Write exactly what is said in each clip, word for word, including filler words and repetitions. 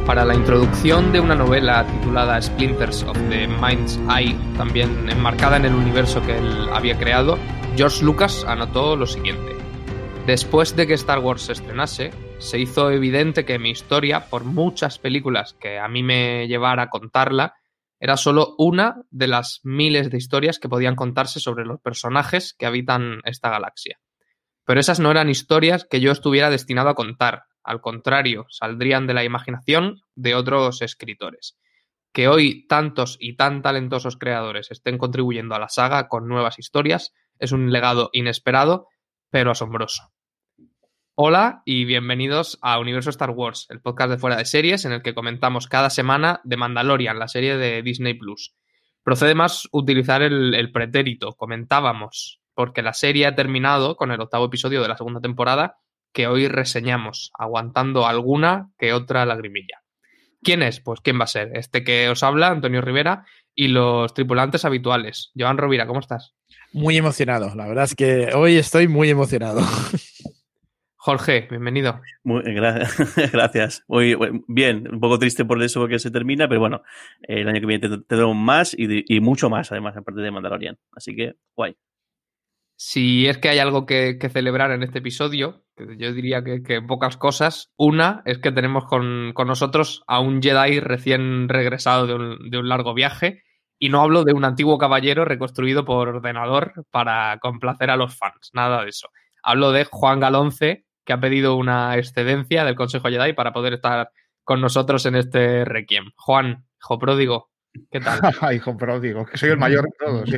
Para la introducción de una novela titulada Splinters of the Mind's Eye, también enmarcada en el universo que él había creado, George Lucas anotó lo siguiente: después de que Star Wars se estrenase, se hizo evidente que mi historia, por muchas películas que a mí me llevara a contarla, era solo una de las miles de historias que podían contarse sobre los personajes que habitan esta galaxia. Pero esas no eran historias que yo estuviera destinado a contar. Al contrario, saldrían de la imaginación de otros escritores. Que hoy tantos y tan talentosos creadores estén contribuyendo a la saga con nuevas historias es un legado inesperado, pero asombroso. Hola y bienvenidos a Universo Star Wars, el podcast de Fuera de Series en el que comentamos cada semana The Mandalorian, la serie de Disney Plus. Procede más utilizar el, el pretérito, comentábamos, porque la serie ha terminado con el octavo episodio de la segunda temporada que hoy reseñamos, aguantando alguna que otra lagrimilla. ¿Quién es? Pues ¿quién va a ser? Este que os habla, Antonio Rivera, y los tripulantes habituales. Joan Rovira, ¿cómo estás? Muy emocionado, la verdad es que hoy estoy muy emocionado. Jorge, bienvenido. Muy, gra- gracias. Muy bien, un poco triste por eso que se termina, pero bueno, el año que viene tendremos más y, y mucho más, además, aparte de Mandalorian. Así que, guay. Si es que hay algo que, que celebrar en este episodio, que yo diría que, que pocas cosas. Una es que tenemos con, con nosotros a un Jedi recién regresado de un, de un largo viaje, y no hablo de un antiguo caballero reconstruido por ordenador para complacer a los fans, nada de eso. Hablo de Juan Galonce, que ha pedido una excedencia del Consejo Jedi para poder estar con nosotros en este Requiem. Juan, hijo pródigo, ¿qué tal? Hijo pródigo, que soy el mayor de todos.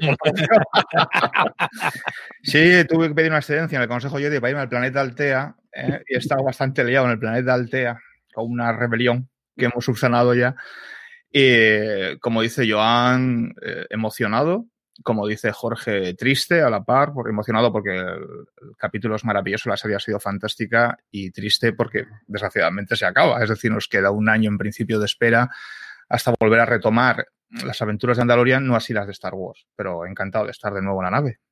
Sí, tuve que pedir una excedencia en el Consejo Jedi para irme al planeta Altea, ¿eh? Y he estado bastante liado en el planeta Altea con una rebelión que hemos subsanado ya. Y como dice Joan, eh, emocionado. Como dice Jorge, triste a la par, porque emocionado porque el, el capítulo es maravilloso, la serie ha sido fantástica, y triste porque desgraciadamente se acaba. Es decir, nos queda un año en principio de espera hasta volver a retomar las aventuras de Mandalorian, no así las de Star Wars, pero encantado de estar de nuevo en la nave.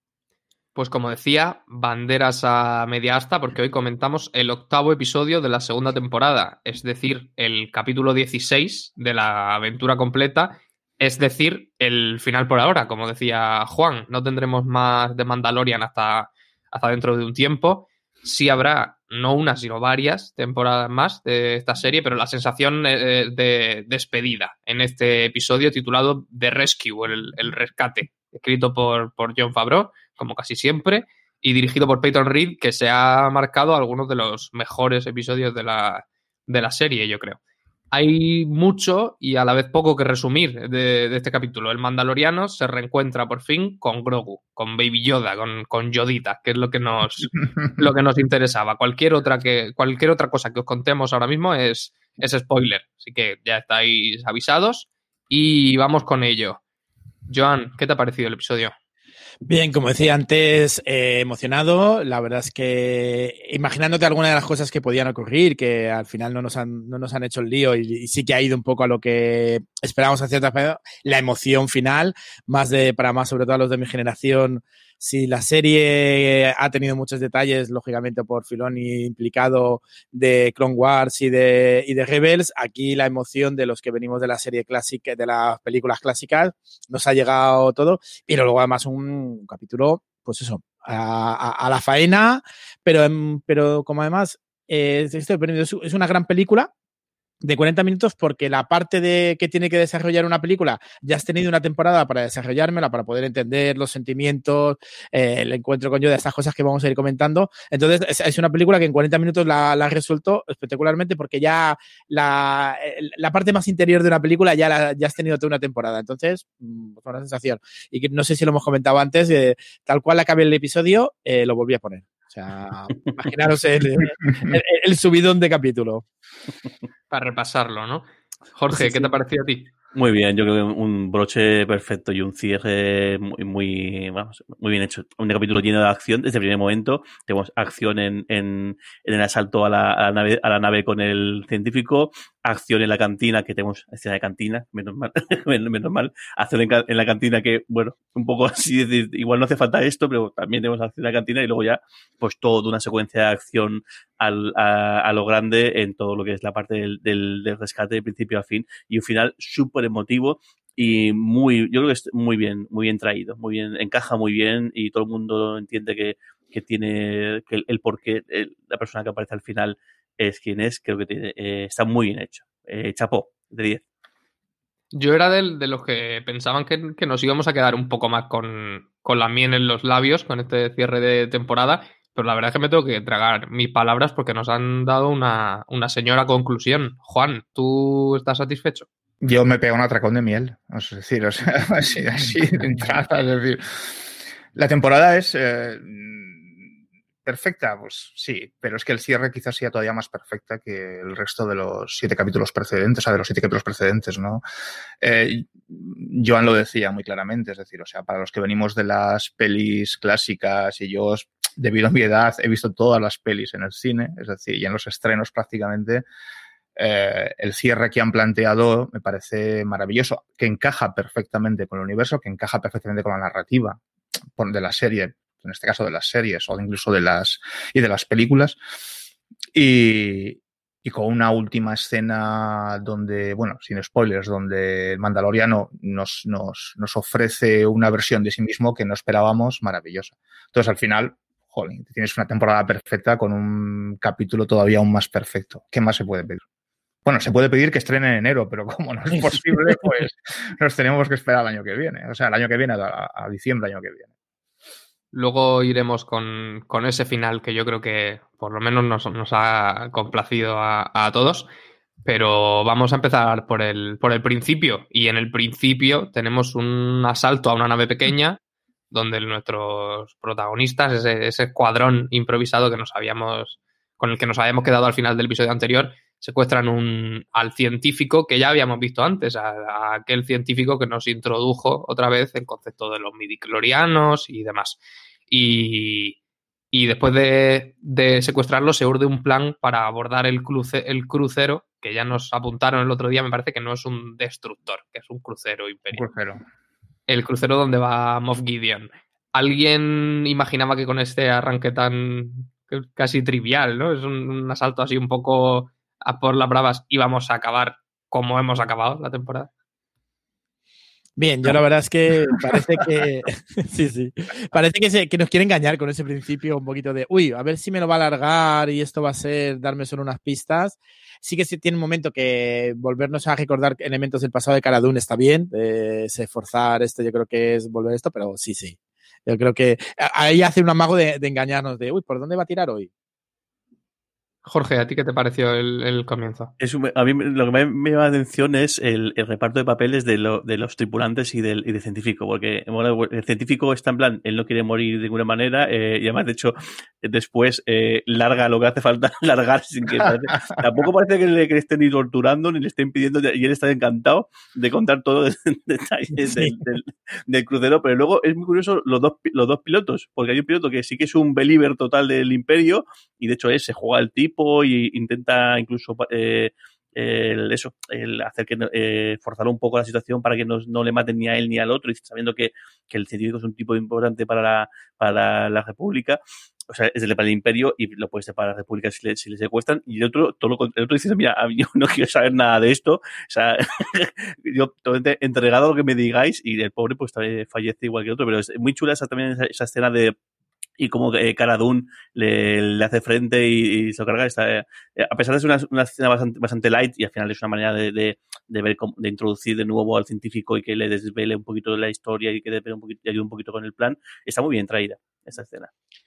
Pues como decía, banderas a media asta, porque hoy comentamos el octavo episodio de la segunda temporada, es decir, el capítulo dieciséis de la aventura completa, es decir, el final por ahora, como decía Juan. No tendremos más de Mandalorian hasta, hasta dentro de un tiempo. Sí habrá no una, sino varias temporadas más de esta serie, pero la sensación de despedida en este episodio titulado The Rescue, el, el rescate, escrito por, por Jon Favreau, como casi siempre, y dirigido por Peyton Reed, que se ha marcado algunos de los mejores episodios de la, de la serie, yo creo. Hay mucho y a la vez poco que resumir de, de este capítulo. El mandaloriano se reencuentra por fin con Grogu, con Baby Yoda, con, con Yodita, que es lo que nos, lo que nos interesaba. Cualquier otra, que, cualquier otra cosa que os contemos ahora mismo es, es spoiler. Así que ya estáis avisados y vamos con ello. Joan, ¿qué te ha parecido el episodio? Bien, como decía antes, eh, emocionado. La verdad es que imaginándote algunas de las cosas que podían ocurrir, que al final no nos han, no nos han hecho el lío, y, y sí que ha ido un poco a lo que esperábamos a cierta manera, la emoción final, más de, para más sobre todo a los de mi generación. Si la serie ha tenido muchos detalles, lógicamente por Filoni implicado, de Clone Wars y de, y de Rebels, aquí la emoción de los que venimos de la serie clásica, de las películas clásicas, nos ha llegado todo. Pero luego además un capítulo, pues eso, a, a, a la faena, pero, pero como además eh, es una gran película de cuarenta minutos, porque la parte de que tiene que desarrollar una película ya has tenido una temporada para desarrollármela, para poder entender los sentimientos, eh, el encuentro con Yoda, estas cosas que vamos a ir comentando. Entonces es, es una película que en cuarenta minutos la, la resuelto espectacularmente, porque ya la, la parte más interior de una película ya, la, ya has tenido toda una temporada. Entonces, pues una sensación. Y que no sé si lo hemos comentado antes, eh, tal cual acabé el episodio, eh, lo volví a poner. O sea, imaginaros el, el, el subidón de capítulo. Para repasarlo, ¿no? Jorge, sí, ¿qué sí. te ha parecido a ti? Muy bien, yo creo que un broche perfecto y un cierre muy, muy, vamos, muy bien hecho. Un capítulo lleno de acción desde el primer momento. Tenemos acción en, en, en el asalto a la, a la nave, a la nave con el científico, acción en la cantina, que tenemos escena de cantina, menos mal, menos mal, acción en, en la cantina que, bueno, un poco así, igual no hace falta esto, pero también tenemos acción en la cantina, y luego ya, pues todo una secuencia de acción al, a, a lo grande en todo lo que es la parte del, del, del rescate de principio a fin, y un final súper emotivo y muy, yo creo que es muy bien, muy bien traído, muy bien, encaja muy bien y todo el mundo entiende que, que tiene que el, el por qué el, la persona que aparece al final es quien es. Creo que tiene, eh, está muy bien hecho. Eh, chapó, de diez. Yo era de, de los que pensaban que, que nos íbamos a quedar un poco más con, con la miel en los labios con este cierre de temporada, pero la verdad es que me tengo que tragar mis palabras porque nos han dado una, una señora conclusión. Juan, ¿tú estás satisfecho? Yo me pego un atracón de miel, es decir, o sea, así, así de entrada, es decir, la temporada es eh, perfecta, pues sí, pero es que el cierre quizás sea todavía más perfecta que el resto de los siete capítulos precedentes, o sea, de los siete capítulos precedentes, ¿no? Eh, Joan lo decía muy claramente, es decir, o sea, para los que venimos de las pelis clásicas y yo, debido a mi edad, he visto todas las pelis en el cine, es decir, y en los estrenos prácticamente. Eh, el cierre que han planteado me parece maravilloso, que encaja perfectamente con el universo, que encaja perfectamente con la narrativa de la serie, en este caso de las series o incluso de las y de las películas, y, y con una última escena donde, bueno, sin spoilers, donde el Mandaloriano nos, nos, nos ofrece una versión de sí mismo que no esperábamos, maravillosa. Entonces, al final, jolín, tienes una temporada perfecta con un capítulo todavía aún más perfecto. ¿Qué más se puede pedir? Bueno, se puede pedir que estrene en enero, pero como no es posible, pues nos tenemos que esperar al año que viene. O sea, el año que viene, a, a diciembre del año que viene. Luego iremos con, con ese final que yo creo que por lo menos nos, nos ha complacido a, a todos. Pero vamos a empezar por el, por el principio. Y en el principio tenemos un asalto a una nave pequeña donde nuestros protagonistas, ese, ese escuadrón improvisado que nos habíamos, con el que nos habíamos quedado al final del episodio anterior, secuestran un, al científico que ya habíamos visto antes, a, a aquel científico que nos introdujo otra vez el concepto de los midichlorianos y demás. Y, y después de, de secuestrarlo se urde un plan para abordar el, cruce, el crucero, que ya nos apuntaron el otro día, me parece que no es un destructor, que es un crucero imperial. Un crucero. El crucero donde va Moff Gideon. ¿Alguien imaginaba que con este arranque tan casi trivial, ¿no? Es un, un asalto así un poco a por las bravas y vamos a acabar como hemos acabado la temporada? Bien, yo la verdad es que parece que sí, sí. Parece que, se, que nos quiere engañar con ese principio un poquito de uy, a ver si me lo va a alargar y esto va a ser darme solo unas pistas. Sí que sí tiene un momento que volvernos a recordar elementos del pasado de Cara Dune está bien, eh, ese forzar esto yo creo que es volver esto, pero sí, sí. Yo creo que ahí hace un amago de, de engañarnos de uy, ¿por dónde va a tirar hoy? Jorge, ¿a ti qué te pareció el, el comienzo? Es un, a mí lo que me, me llama la atención es el, el reparto de papeles de, lo, de los tripulantes y del, y del científico, porque bueno, el científico está en plan, él no quiere morir de ninguna manera, eh, y además, de hecho, después eh, larga lo que hace falta largar sin que parece, tampoco parece que le, que le estén ni torturando ni le estén pidiendo, y él está encantado de contar todo en detalles Sí. del, del, del crucero, pero luego es muy curioso los dos, los dos pilotos, porque hay un piloto que sí que es un believer total del Imperio, y de hecho él se juega el tipo y intenta incluso eh, el, eso, el hacer que eh, forzar un poco la situación para que no, no le maten ni a él ni al otro, y sabiendo que, que el científico es un tipo importante para la, para la República, o sea, es el para el Imperio y lo puede ser para la República si le, si le secuestran, y el otro, todo lo, el otro dice, mira, yo no quiero saber nada de esto, o sea, yo totalmente entregado a lo que me digáis, y el pobre pues también fallece igual que el otro, pero es muy chula esa, también esa, esa escena de y como eh, Cara Dune le, le hace frente y, y se lo carga. Está, eh, a pesar de ser una, una escena bastante, bastante light, y al final es una manera de, de, de ver cómo, de introducir de nuevo al científico y que le desvele un poquito de la historia y que le un poquito, ayude un poquito con el plan, está muy bien traída esa escena.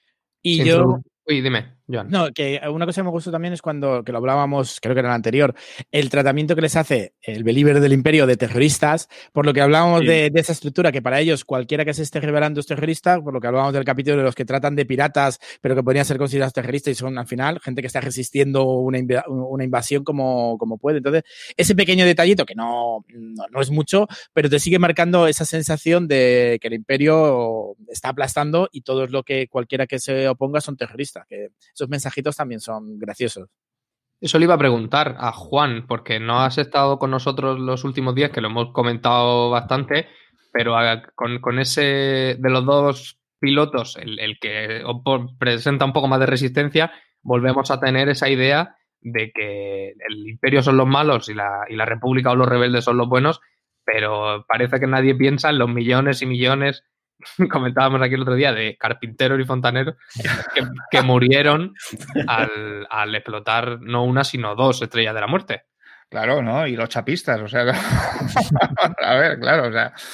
Y Sin yo... problema. Uy, dime, Joan. No, que una cosa que me gustó también es cuando, que lo hablábamos, creo que era el anterior, el tratamiento que les hace el believer del Imperio de terroristas, por lo que hablábamos sí. de, de esa estructura, que para ellos cualquiera que se esté revelando es terrorista, por lo que hablábamos del capítulo de los que tratan de piratas, pero que podrían ser considerados terroristas y son al final gente que está resistiendo una, inv una invasión como, como puede. Entonces, ese pequeño detallito, que no, no, no es mucho, pero te sigue marcando esa sensación de que el Imperio está aplastando y todo lo que cualquiera que se oponga son terroristas, que esos mensajitos también son graciosos. Eso le iba a preguntar a Juan, porque no has estado con nosotros los últimos días, que lo hemos comentado bastante, pero a, con, con ese de los dos pilotos, el, el que presenta un poco más de resistencia, volvemos a tener esa idea de que el imperio son los malos y la, y la república o los rebeldes son los buenos, pero parece que nadie piensa en los millones y millones, comentábamos aquí el otro día, de carpinteros y fontaneros que, que murieron al, al explotar no una, sino dos estrellas de la muerte. Claro, ¿no? Y los chapistas, o sea, a ver, claro, o sea...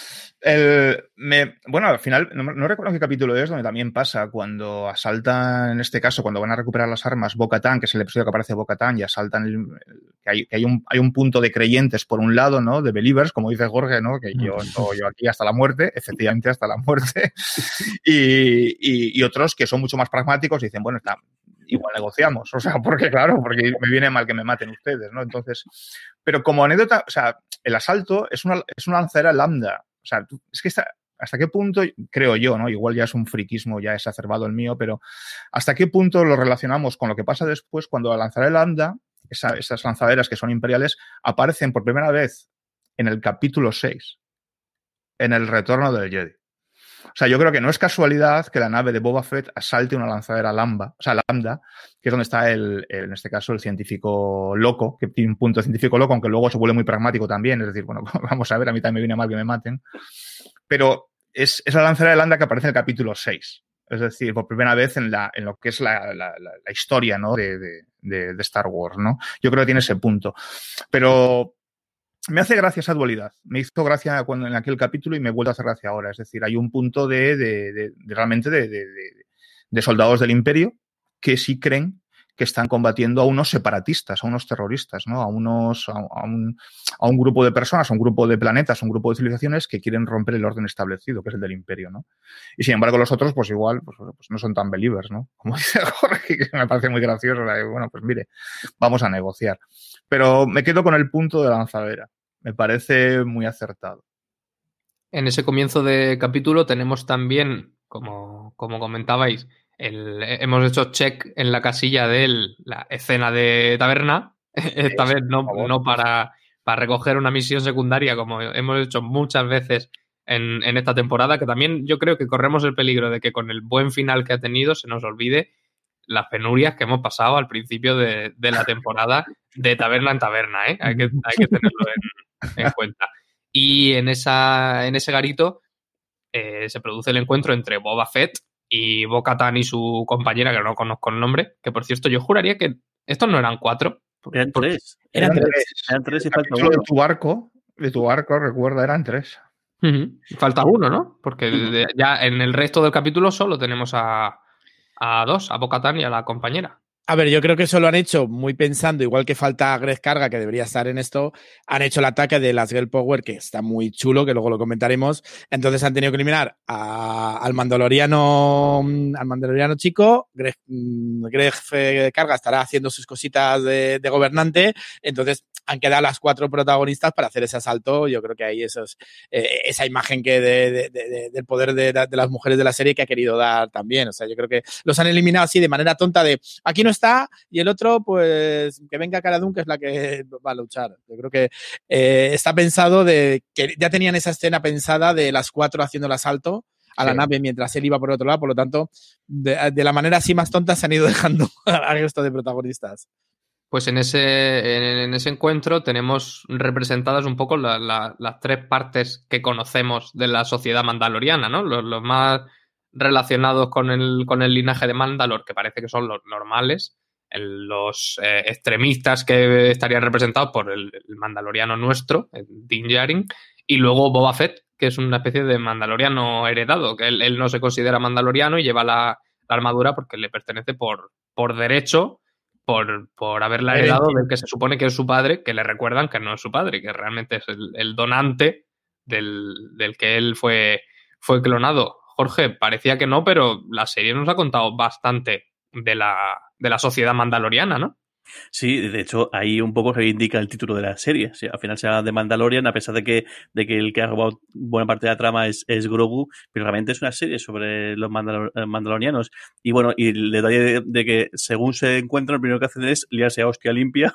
El, me, bueno, al final, no, no recuerdo qué capítulo es donde también pasa cuando asaltan, en este caso, cuando van a recuperar las armas, Bo-Katan, que es el episodio que aparece Bo-Katan, y asaltan, el, que, hay, que hay, un, hay un punto de creyentes por un lado, ¿no? De believers, como dice Jorge, ¿no? Que yo, yo aquí hasta la muerte, efectivamente hasta la muerte, y, y, y otros que son mucho más pragmáticos y dicen, bueno, está, igual negociamos, o sea, porque claro, porque me viene mal que me maten ustedes, ¿no? Entonces, pero como anécdota, o sea, el asalto es una, es una lanzadera lambda. O sea, es que está, hasta qué punto, creo yo, ¿no? Igual ya es un friquismo ya exacerbado el mío, pero hasta qué punto lo relacionamos con lo que pasa después cuando la lanzadera lambda, esa, esas lanzaderas que son imperiales, aparecen por primera vez en el capítulo seis, en el retorno del Jedi. O sea, yo creo que no es casualidad que la nave de Boba Fett asalte una lanzadera lambda, o sea, lambda, que es donde está el, el, en este caso, el científico loco, que tiene un punto de científico loco, aunque luego se vuelve muy pragmático también. Es decir, bueno, vamos a ver, a mí también me viene mal que me maten. Pero es, es la lanzadera lambda que aparece en el capítulo seis. Es decir, por primera vez en, la, en lo que es la, la, la, la historia, ¿no? de, de, de, de Star Wars, ¿no? Yo creo que tiene ese punto. Pero me hace gracia esa dualidad. Me hizo gracia cuando, en aquel capítulo y me vuelve a hacer gracia ahora. Es decir, hay un punto de, de, de, de realmente de, de, de, de soldados del Imperio que sí creen que están combatiendo a unos separatistas, a unos terroristas, ¿no? A unos, a, a, un, a un grupo de personas, a un grupo de planetas, a un grupo de civilizaciones que quieren romper el orden establecido, que es el del Imperio, ¿no? Y sin embargo los otros, pues igual, pues, pues no son tan believers, ¿no? Como dice Jorge, que me parece muy gracioso. Bueno, pues mire, vamos a negociar. Pero me quedo con el punto de la lanzadera. Me parece muy acertado. En ese comienzo de capítulo tenemos también, como, como comentabais, el, hemos hecho check en la casilla de el, la escena de taberna. Esta vez no, no para, para recoger una misión secundaria como hemos hecho muchas veces en, en esta temporada, que también yo creo que corremos el peligro de que con el buen final que ha tenido se nos olvide las penurias que hemos pasado al principio de, de la temporada de taberna en taberna, ¿eh? Hay que, hay que tenerlo en, en cuenta. Y en, esa, en ese garito eh, se produce el encuentro entre Boba Fett y Bo-Katan y su compañera, que no conozco el nombre, que por cierto yo juraría que estos no eran cuatro. Eran tres. Eran, eran tres. tres. Eran tres y falta uno. uno. De tu barco, de tu barco, recuerda, eran tres. Uh-huh. Falta uno, ¿no? Porque uh-huh. de, ya en el resto del capítulo solo tenemos a, a dos, a Bo-Katan y a la compañera. A ver, yo creo que eso lo han hecho muy pensando, igual que falta Greg Carga, que debería estar en esto, han hecho el ataque de las Girl Power, que está muy chulo, que luego lo comentaremos. Entonces han tenido que eliminar a, al mandaloriano al mandaloriano chico, Greg, Greg Carga estará haciendo sus cositas de, de gobernante, entonces han quedado las cuatro protagonistas para hacer ese asalto. Yo creo que ahí eso es, eh, esa imagen que de, de, de, del poder de, de las mujeres de la serie que ha querido dar también. O sea, yo creo que los han eliminado así de manera tonta de aquí no está y el otro, pues que venga Cara Dune, que es la que va a luchar. Yo creo que eh, está pensado de que ya tenían esa escena pensada de las cuatro haciendo el asalto a la sí. nave mientras él iba por otro lado, por lo tanto, de, de la manera así más tonta se han ido dejando al resto de protagonistas. Pues en ese, en, en ese encuentro tenemos representadas un poco la, la, las tres partes que conocemos de la sociedad mandaloriana, ¿no? Los, los más relacionados con el, con el linaje de Mandalor, que parece que son los normales, el, los eh, extremistas que estarían representados por el, el mandaloriano nuestro, el Din Djarin, y luego Boba Fett, que es una especie de mandaloriano heredado, que él, él no se considera mandaloriano y lleva la, la armadura porque le pertenece por, por derecho, por, por haberla heredado del que se supone que es su padre, que le recuerdan que no es su padre, que realmente es el, el donante del, del que él fue, fue clonado. Jorge, parecía que no, pero la serie nos ha contado bastante de la, de la sociedad mandaloriana, ¿no? Sí, de hecho, ahí un poco reivindica el título de la serie. Sí, al final se habla de Mandalorian, a pesar de que, de que el que ha robado buena parte de la trama es, es Grogu, pero realmente es una serie sobre los mandalor- mandalorianos. Y bueno, y el detalle de, de que según se encuentran, lo primero que hacen es liarse a hostia limpia.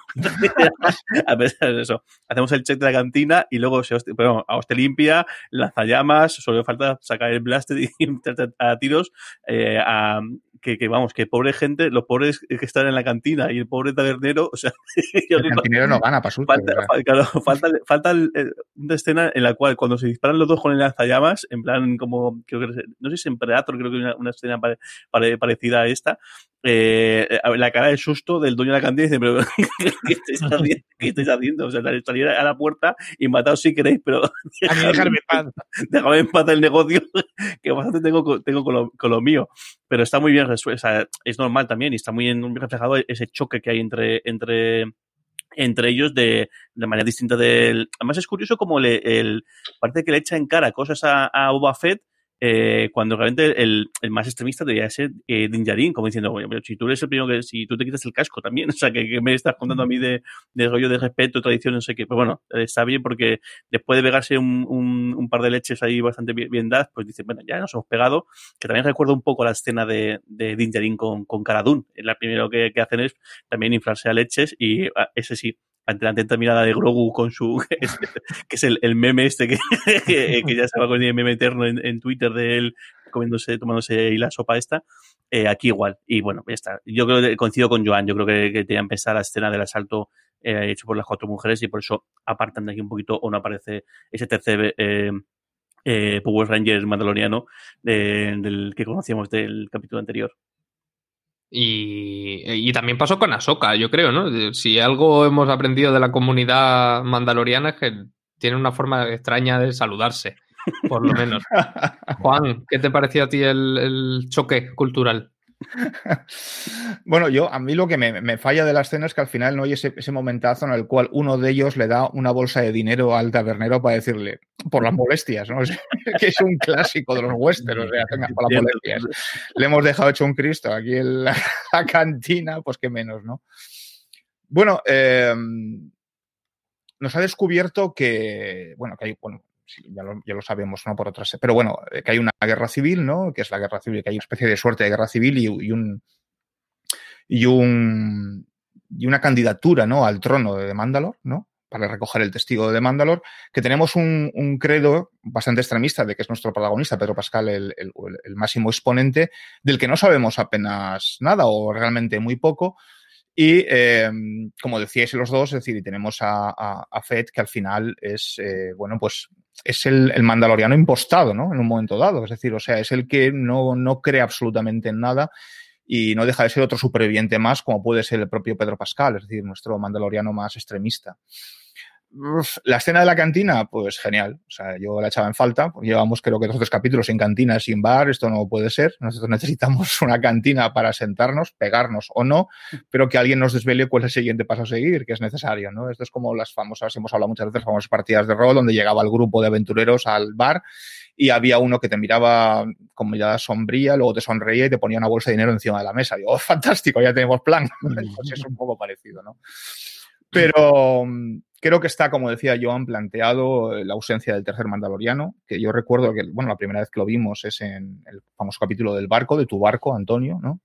A pesar de eso, hacemos el check de la cantina y luego se hostia, bueno, a hostia limpia, lanzallamas, solo falta sacar el blaster y a tiros eh, a que, que vamos, que pobre gente, los pobres que están en la cantina y el pobre tabernero, o sea... El cantinero no gana, para susto. Falta, falta, claro, falta, falta el, el, una escena en la cual cuando se disparan los dos con el lanzallamas, en plan como, creo que no sé si es en Predator, creo que hay una, una escena pare, pare, parecida a esta, eh, la cara de susto del dueño de la cantina dice, pero ¿qué estáis haciendo? ¿Qué estáis haciendo? O sea, salir a la puerta y mataos si queréis, pero dejarme en paz. Déjame en paz el negocio, que bastante tengo, tengo con, lo, con lo mío. Pero está muy bien resuelto, o sea, es normal también y está muy bien reflejado ese choque que hay entre, entre, entre ellos de, de manera distinta del... Además es curioso como le, el, parece que le echa en cara cosas a, a Boba Fett eh, cuando realmente el, el más extremista debería ser eh, Din Djarin, como diciendo, bueno, pero si tú eres el primero que, si tú te quitas el casco también, o sea, que, que me estás contando a mí de, de rollo de respeto, tradición, no sé qué, pero bueno, está bien porque después de pegarse un, un, un par de leches ahí bastante bien, bien dadas, pues dicen, bueno, ya nos hemos pegado, que también recuerdo un poco la escena de, de Din Djarin con, con Cara Dune, la primero que, que hacen es también inflarse a leches y ese sí, ante la atenta mirada de Grogu con su que es, que es el, el meme este que, que, que ya se va con el meme eterno en, en Twitter de él comiéndose, tomándose la sopa esta, eh, aquí igual, y bueno, ya está. Yo creo que coincido con Joan, yo creo que, que tenían pensada la escena del asalto eh, hecho por las cuatro mujeres y por eso apartan de aquí un poquito o no aparece ese tercer eh, eh, Power Ranger mandaloriano de, del que conocíamos del capítulo anterior. Y, y también pasó con Ahsoka, yo creo, ¿no? Si algo hemos aprendido de la comunidad mandaloriana es que tiene una forma extraña de saludarse, por lo menos. Juan, ¿qué te pareció a ti el, el choque cultural? Bueno, yo, a mí lo que me, me falla de la escena es que al final no hay ese, ese momentazo en el cual uno de ellos le da una bolsa de dinero al tabernero para decirle, por las molestias, ¿no? O sea, que es un clásico de los westerns, o sea, venga, por las molestias. Le hemos dejado hecho un Cristo aquí en la, la cantina, pues qué menos, ¿no? Bueno, eh, nos ha descubierto que, bueno, que hay, bueno, sí, ya, lo, ya lo sabemos, ¿no? Por otras, pero bueno, que hay una guerra civil, ¿no? Que es la guerra civil, que hay una especie de suerte de guerra civil y, y un y un y una candidatura, ¿no? Al trono de Mandalore, ¿no? Para recoger el testigo de Mandalore, que tenemos un, un credo bastante extremista de que es nuestro protagonista, Pedro Pascal, el, el, el máximo exponente, del que no sabemos apenas nada o realmente muy poco. Y, eh, como decíais los dos, es decir, y tenemos a, a, a Fett, que al final es, eh, bueno, pues es el, el mandaloriano impostado, ¿no? En un momento dado. Es decir, o sea, es el que no, no cree absolutamente en nada y no deja de ser otro superviviente más, como puede ser el propio Pedro Pascal, es decir, nuestro mandaloriano más extremista. Uf, la escena de la cantina, pues genial. O sea, yo la echaba en falta. Llevamos creo que dos o tres capítulos sin cantina, sin bar. Esto no puede ser. Nosotros necesitamos una cantina para sentarnos, pegarnos o no, pero que alguien nos desvele cuál es el siguiente paso a seguir, que es necesario, ¿no? Esto es como las famosas, hemos hablado muchas veces, famosas partidas de rol, donde llegaba el grupo de aventureros al bar y había uno que te miraba con mirada sombría, luego te sonreía y te ponía una bolsa de dinero encima de la mesa. Y, oh, fantástico, ya tenemos plan. Pues es un poco parecido, ¿no? Pero creo que está, como decía Joan, planteado la ausencia del tercer mandaloriano, que yo recuerdo que, bueno, la primera vez que lo vimos es en el famoso capítulo del barco, de tu barco, Antonio, ¿no?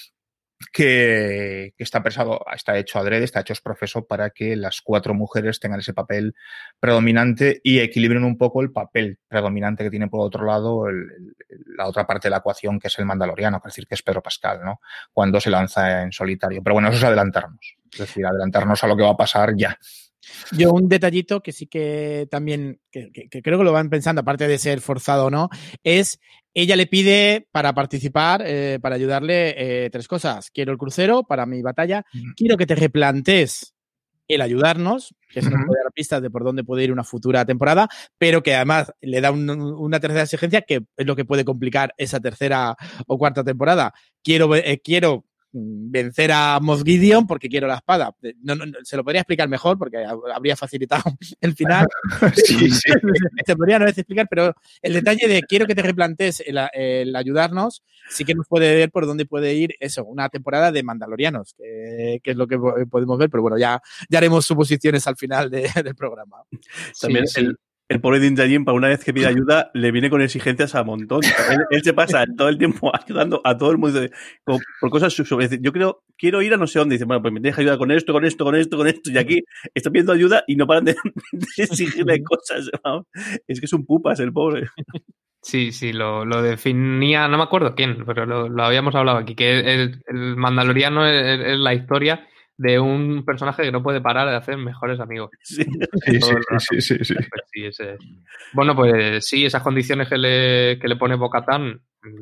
Que, que está pensado, está hecho adrede, está hecho profeso para que las cuatro mujeres tengan ese papel predominante y equilibren un poco el papel predominante que tiene por otro lado el, el, la otra parte de la ecuación, que es el mandaloriano, es decir, que es Pedro Pascal, ¿no? Cuando se lanza en solitario. Pero bueno, eso es adelantarnos. Es decir, adelantarnos a lo que va a pasar ya. Yo un detallito que sí que también, que, que, que creo que lo van pensando, aparte de ser forzado o no, es ella le pide para participar, eh, para ayudarle, eh, tres cosas. Quiero el crucero para mi batalla, uh-huh. Quiero que te replantees el ayudarnos, que eso uh-huh. nos puede dar pistas de por dónde puede ir una futura temporada, pero que además le da un, una tercera exigencia que es lo que puede complicar esa tercera o cuarta temporada. Quiero, eh, quiero vencer a Moff Gideon porque quiero la espada. No, no, se lo podría explicar mejor porque habría facilitado el final. Sí, sí. Se podría no explicar, pero el detalle de quiero que te replantees el, el ayudarnos sí que nos puede ver por dónde puede ir eso, una temporada de Mandalorianos, que, que es lo que podemos ver, pero bueno, ya, ya haremos suposiciones al final de, del programa. También sí, el, sí. El pobre Din Djarin, para una vez que pide ayuda, le viene con exigencias a montón. Él, él se pasa todo el tiempo ayudando a todo el mundo por, por cosas sobre. Yo creo, quiero ir a no sé dónde. Dice, bueno, pues me deja ayuda con esto, con esto, con esto, con esto. Y aquí está pidiendo ayuda y no paran de, de exigirle cosas. ¿No? Es que es un pupas el pobre. Sí, sí, lo, lo definía, no me acuerdo quién, pero lo, lo habíamos hablado aquí, que el, el Mandaloriano es, es la historia de un personaje que no puede parar de hacer mejores amigos. Sí, sí, sí, sí, sí, sí. Pues sí, ese... Bueno, pues sí, esas condiciones que le, que le pone Bo-Katan,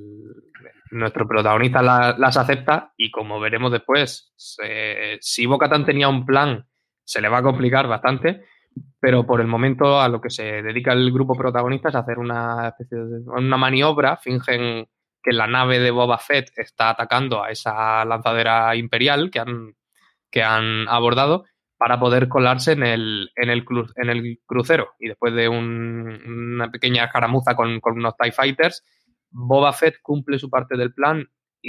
nuestro protagonista la, las acepta y como veremos después, se, si Bo-Katan tenía un plan, se le va a complicar bastante, pero por el momento a lo que se dedica el grupo protagonista es hacer una especie de una maniobra, fingen que la nave de Boba Fett está atacando a esa lanzadera imperial que han, que han abordado para poder colarse en el, en el, cru, en el crucero. Y después de un, una pequeña escaramuza con, con unos TIE Fighters, Boba Fett cumple su parte del plan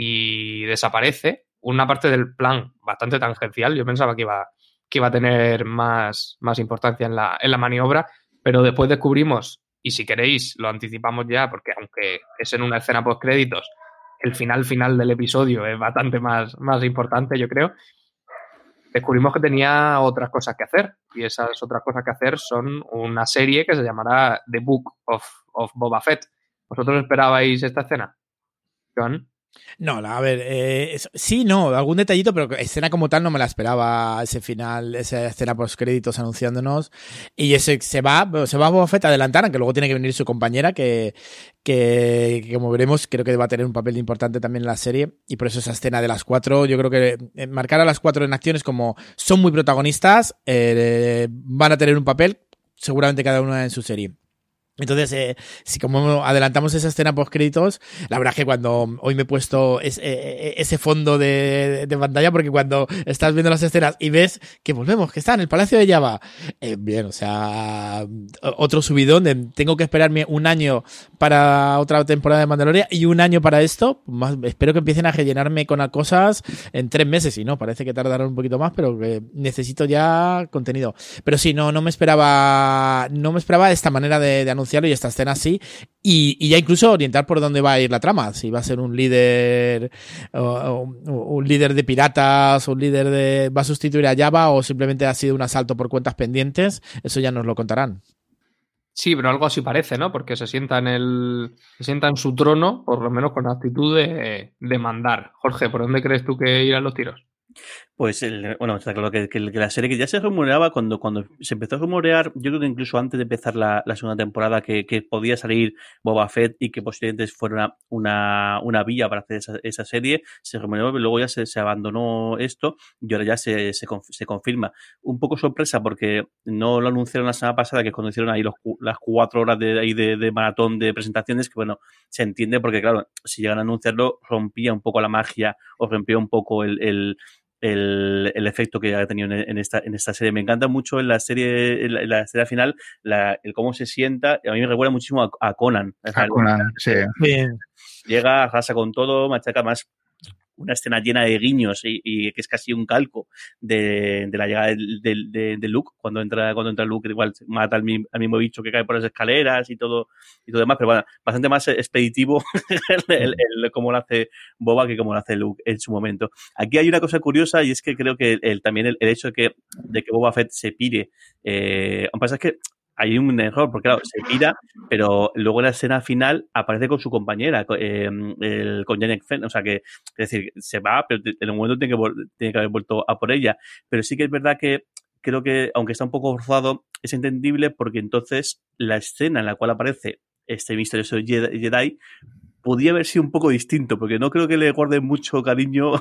y desaparece. Una parte del plan bastante tangencial. Yo pensaba que iba, que iba a tener más, más importancia en la, en la maniobra, pero después descubrimos, y si queréis lo anticipamos ya, porque aunque es en una escena post créditos, el final final del episodio es bastante más, más importante, yo creo. Descubrimos que tenía otras cosas que hacer, y esas otras cosas que hacer son una serie que se llamará The Book of, of Boba Fett. ¿Vosotros esperabais esta escena, Joan? No, a ver, eh, sí, no, algún detallito, pero escena como tal no me la esperaba, ese final, esa escena post créditos anunciándonos, y ese se va, se va a Boba Fett adelantar, aunque luego tiene que venir su compañera, que, que, que como veremos, creo que va a tener un papel importante también en la serie, y por eso esa escena de las cuatro, yo creo que marcar a las cuatro en acciones como son muy protagonistas, eh, van a tener un papel, seguramente cada una en su serie. Entonces, eh, si como adelantamos esa escena post créditos, la verdad es que cuando hoy me he puesto es, eh, ese fondo de, de pantalla, porque cuando estás viendo las escenas y ves que volvemos, que está en el Palacio de Jabba, eh, bien, o sea, otro subidón de tengo que esperarme un año para otra temporada de Mandalorian y un año para esto, más, espero que empiecen a rellenarme con cosas en tres meses, y no, parece que tardarán un poquito más, pero que necesito ya contenido. Pero sí, no, no me esperaba, no me esperaba esta manera de, de anunciar y esta escena sí, y, y ya incluso orientar por dónde va a ir la trama, si va a ser un líder uh, un líder de piratas, un líder de va a sustituir a Jabba o simplemente ha sido un asalto por cuentas pendientes, eso ya nos lo contarán. Sí, pero algo así parece, ¿no? Porque se sienta en el se sienta en su trono, por lo menos con actitud de, de mandar. Jorge, ¿por dónde crees tú que irán los tiros? Pues, el, bueno, está claro que, que, que la serie que ya se rumoreaba cuando, cuando se empezó a rumorear, yo creo que incluso antes de empezar la, la segunda temporada, que, que podía salir Boba Fett y que posiblemente fuera una, una vía para hacer esa, esa serie, se rumoreaba, pero luego ya se, se abandonó esto y ahora ya se, se, se confirma. Un poco sorpresa porque no lo anunciaron la semana pasada, que cuando hicieron ahí los, las cuatro horas de, ahí de, de maratón de presentaciones, que bueno, se entiende porque claro, si llegan a anunciarlo, rompía un poco la magia o rompía un poco el, el El, el efecto que ha tenido en esta, en esta serie. Me encanta mucho en la serie, en la, en la serie final, la, el cómo se sienta. A mí me recuerda muchísimo a, a Conan. A sea, Conan, sí. Bien. Llega, arrasa con todo, machaca más. Una escena llena de guiños y, y que es casi un calco de, de la llegada de, de, de, de Luke, cuando entra, cuando entra Luke, igual mata al, al mismo bicho que cae por las escaleras y todo y todo demás, pero bueno, bastante más expeditivo el, el, el, cómo lo hace Boba que cómo lo hace Luke en su momento. Aquí hay una cosa curiosa y es que creo que el, también el, el hecho de que, de que Boba Fett se pire, eh, aunque pasa es que hay un error, porque claro, se tira, pero luego en la escena final aparece con su compañera, eh, el, con Janet Fenn, o sea que, es decir, se va, pero en un momento tiene que, tiene que haber vuelto a por ella. Pero sí que es verdad que creo que, aunque está un poco forzado, es entendible porque entonces la escena en la cual aparece este misterioso Jedi podía haber sido un poco distinto, porque no creo que le guarde mucho cariño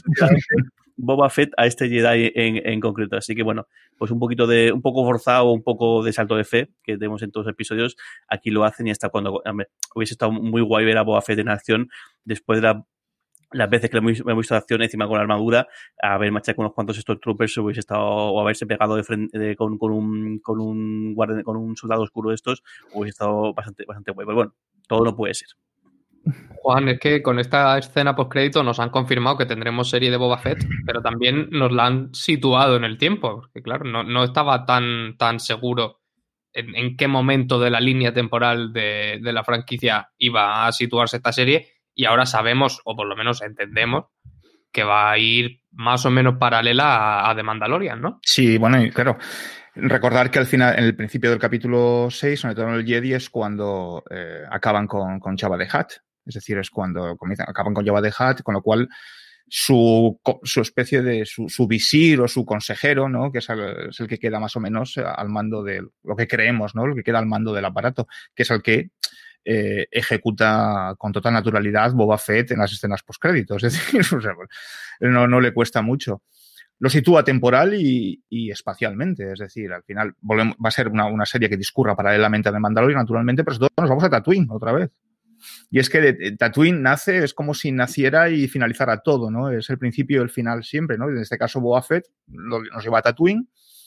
Boba Fett a este Jedi en, en concreto. Así que bueno, pues un poquito de, un poco forzado, un poco de salto de fe que tenemos en todos los episodios, aquí lo hacen y hasta cuando, hombre, hubiese estado muy guay ver a Boba Fett en acción después de la, las veces que lo hemos visto de acción encima con la armadura, haber machacado con unos cuantos Stormtroopers hubiese estado, o haberse pegado de frente de, con, con un con un guardia, con un soldado oscuro de estos, hubiese estado bastante, bastante guay. Pero bueno, todo no puede ser. Juan, es que con esta escena postcrédito nos han confirmado que tendremos serie de Boba Fett, pero también nos la han situado en el tiempo, porque claro, no, no estaba tan, tan seguro en, en qué momento de la línea temporal de, de la franquicia iba a situarse esta serie, y ahora sabemos, o por lo menos entendemos, que va a ir más o menos paralela a, a The Mandalorian, ¿no? Sí, bueno, y claro, Recordar que al final, en el principio del capítulo seis, sobre todo en el Jedi, es cuando eh, acaban con, con Jabba the Hutt. Es decir, es cuando comienzan, acaban con Jabba the Hutt, con lo cual su, su especie de su, su visir o su consejero, ¿no? Que es el, es el que queda más o menos al mando de lo que creemos, ¿no? Lo que queda al mando del aparato, que es el que eh, ejecuta con total naturalidad Boba Fett en las escenas postcréditos. Es decir, o sea, no, no le cuesta mucho. Lo sitúa temporal y, y espacialmente, es decir, al final volvemos, va a ser una, una serie que discurra paralelamente a The Mandalorian, naturalmente, pero todos nos vamos a Tatooine otra vez. Y es que de, de Tatooine nace, es como si naciera y finalizara todo, ¿no? Es el principio y el final siempre, ¿no? Y en este caso Boba Fett lo, nos lleva a Tatooine